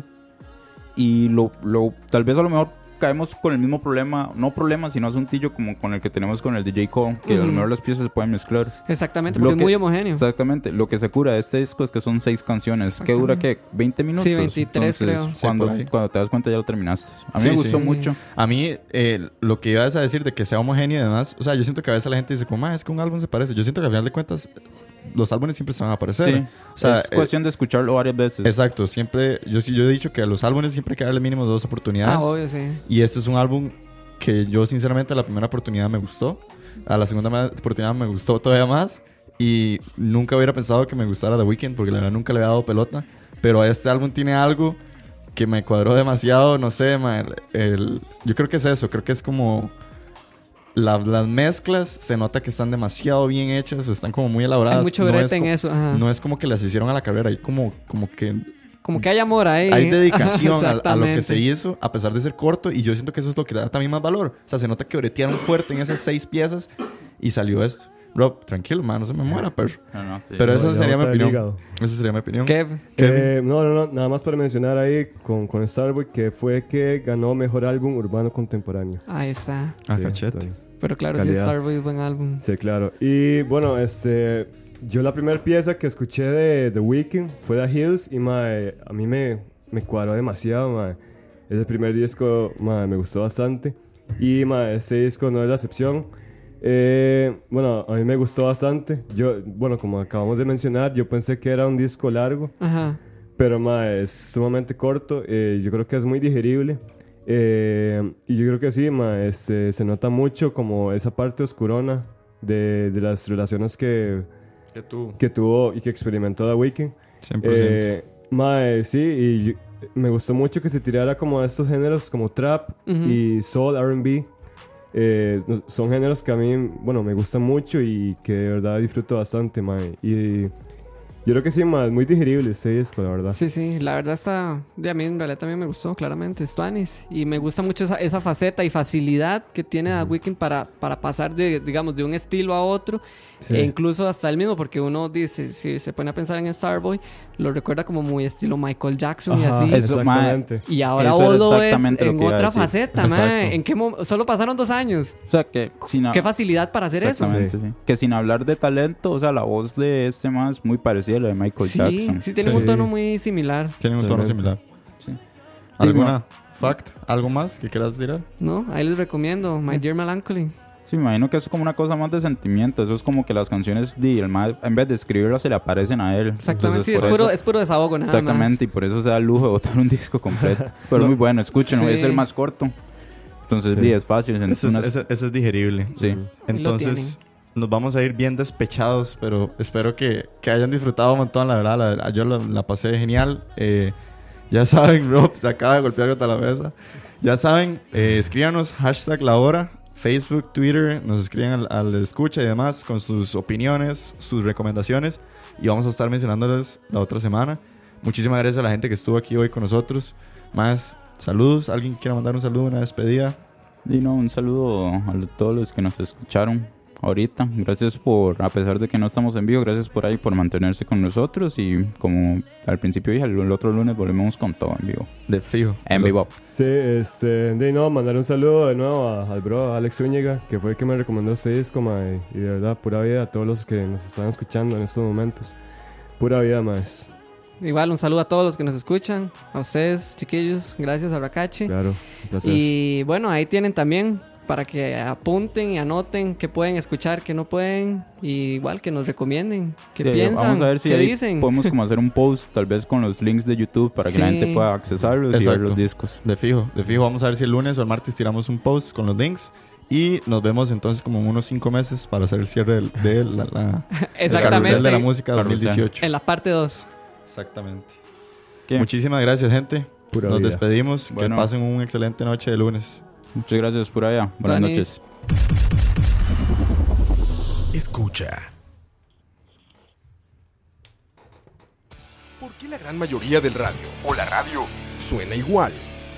Y lo, lo, tal vez a lo mejor caemos con el mismo problema, no problema, sino asuntillo como con el que tenemos con el de J. Cole, que a lo
Ujú.
mejor las piezas se pueden mezclar.
Exactamente,
Lo
porque es
que-
muy homogéneo.
Exactamente. Lo que se cura de este disco es que son seis canciones. ¿Qué dura qué? ¿veinte minutos?
Sí, veintitrés
Entonces,
creo.
Sí,
Cuando,
por ahí.
cuando te das cuenta ya lo terminaste. A mí
Sí,
me gustó
sí.
mucho.
A mí, eh, lo que ibas a decir de que sea homogéneo y demás, o sea, yo siento que a veces la gente dice, como, "Ah, es que un álbum se parece." Yo siento que al final de cuentas, los álbumes siempre se van a parecer.
Sí.
O sea,
es cuestión de escucharlo varias veces.
exacto, siempre, yo sí, yo he dicho que a los álbumes siempre hay que darle mínimo dos
Ah,
oportunidades.
obvio, sí.
Y este es un álbum que yo sinceramente a la primera oportunidad me gustó. A la segunda ma- oportunidad me gustó todavía más. Y nunca hubiera pensado que me gustara The Weeknd porque la verdad nunca le había dado pelota. Pero este álbum tiene algo que me cuadró demasiado. No sé, ma, el, el- yo creo que es eso. Creo que es como... la- las mezclas se nota que están demasiado bien hechas. Están como muy elaboradas.
Hay mucho
No
brete
es
en
co-
eso. Ajá.
No es como que las hicieron a la carrera. Hay como, como que...
Como que hay amor ahí.
Hay dedicación
Ajá,
a, a lo que
exactamente.
se hizo, a pesar de ser corto, y yo siento que eso es lo que le da también más valor. O sea, se nota que bretearon fuerte en esas seis piezas y salió esto. Rob, tranquilo, man, no se me muera, perro.
No, no, sí.
Pero esa
No,
sería mi
ya bota el
opinión.
hígado.
Esa sería mi opinión.
Kev,
Eh, no, no, no, nada más para mencionar ahí con, con Starboy que fue que ganó mejor álbum urbano contemporáneo.
ahí está.
Ah,
Sí,
cachete.
entonces,
Pero claro, sí,
Calidad.
Starboy es buen álbum.
sí, claro. Y bueno, este, yo la primera pieza que escuché de The Weeknd fue The Hills y mae, a mí me, me cuadró demasiado, mae. Ese primer disco, mae, me gustó bastante. Y mae, este disco no es la excepción. Eh, bueno, a mí me gustó bastante. Yo, bueno, como acabamos de mencionar, yo pensé que era un disco largo,
Ajá.
pero mae, es sumamente corto. Eh, yo creo que es muy digerible. Eh, y yo creo que sí, mae, este, se nota mucho como esa parte oscurona de, de las relaciones que,
Que tú.
que tuvo y que experimentó The Weeknd.
cien por ciento.
Eh, mae, sí, y yo- me gustó mucho que se tirara como a estos géneros como trap
Ujú.
y soul, R and B. Eh, no- son géneros que a mí, bueno, me gustan mucho y que de verdad disfruto bastante, mae. Y yo creo que sí, mae, es muy digerible este disco, la verdad.
Sí, sí, la verdad está... De a mí en realidad también me gustó, claramente, Stuanis. Y me gusta mucho esa, esa faceta y facilidad que tiene The Weeknd para, para pasar de, digamos, de un estilo a otro.
Sí.
E incluso hasta el mismo, porque uno dice, si se pone a pensar en Starboy, lo recuerda como muy estilo Michael Jackson
Ajá,
y así.
Eso, mae.
exactamente.
Y ahora
Eso
vos
era
lo ves
exactamente lo
en
que iba a
otra
decir.
faceta,
Exacto.
mae. ¿En qué mo- Solo pasaron dos años.
O sea, que sin,
Qué facilidad para hacer eso.
exactamente, sí. Que sin hablar de talento, o sea, la voz de este man es muy parecida a la de Michael
Sí,
Jackson.
sí, tienen
Sí.
un tono muy similar,
Tienen un tono
Excelente.
similar.
Sí.
¿Alguna fact? ¿Algo más que quieras tirar?
¿no? Ahí les recomiendo My Dear Melancholy.
Sí, me imagino que eso es como una cosa más de sentimiento. Eso es como que las canciones, di, el man, en vez de escribirlas, se le aparecen a él.
Exactamente,
Entonces,
sí, es
por
puro,
eso-
es puro desahogo nada
Exactamente, y por eso se da el lujo de botar un disco completo. Pero muy bueno, escúchenlo,
Sí.
es el más corto. Entonces,
Sí.
di, es fácil. es
Ese es,
unas-
ese- ese es digerible.
Sí.
Entonces, nos vamos a ir bien despechados, pero espero que, que hayan disfrutado un montón, la verdad. La, yo la, la pasé genial. Eh, ya saben, Rob se acaba de golpear contra la mesa. Ya saben, eh, escríbanos hashtag la hora, Facebook, Twitter, nos escriben al, al escucha y demás con sus opiniones, sus recomendaciones y vamos a estar mencionándoles la otra semana. Muchísimas gracias a la gente que estuvo aquí hoy con nosotros. Más saludos, ¿alguien quiere mandar un saludo, una despedida?
Y no, un saludo a todos los que nos escucharon ahorita. Gracias por, a pesar de que no estamos en vivo, gracias por ahí, por mantenerse con nosotros. Y como al principio dije, el, el otro lunes volvemos con todo en vivo.
De fijo.
En vivo.
Sí, este, de no, mandar un saludo de nuevo a- al bro Alex Zúñiga, que fue el que me recomendó este disco, mae, y de verdad, pura vida a todos los que nos están escuchando en estos momentos. Pura vida, más.
Igual, un saludo a todos los que nos escuchan, a ustedes, chiquillos, gracias a Racachi.
Claro, un placer.
Y bueno, ahí tienen también para que apunten y anoten qué pueden escuchar, qué no pueden, y igual que nos recomienden, qué
Sí,
piensan,
vamos a ver si
qué
ahí
dicen.
podemos como hacer un post, tal vez con los links de YouTube para que la
Sí.
gente pueda accesarlos y ver
Exacto.
los discos.
De fijo, de fijo. Vamos a ver si el lunes o el martes tiramos un post con los links. Y nos vemos entonces como en unos cinco meses para hacer el cierre del- de la, la, el carrusel
Exactamente,
de la música
Carrusel.
dos mil dieciocho.
en la parte dos.
Exactamente.
¿Qué?
Muchísimas gracias, gente.
Pura
Nos
vida.
despedimos.
Bueno.
Que pasen una excelente noche de lunes.
Muchas gracias por allá. Buenas
Danis.
noches.
Escucha. ¿Por qué la gran mayoría del radio o la radio suena igual?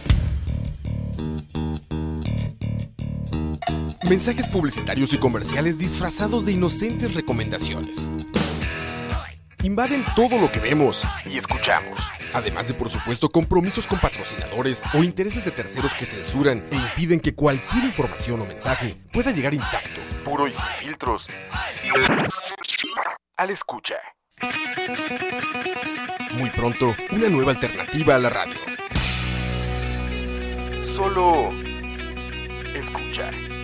Mensajes publicitarios y comerciales disfrazados de inocentes recomendaciones. Invaden todo lo que vemos y escuchamos. Además de, por supuesto, compromisos con patrocinadores o intereses de terceros que censuran e impiden que cualquier información o mensaje pueda llegar intacto, puro y sin filtros al escucha. Muy pronto, una nueva alternativa a la radio. Solo escucha.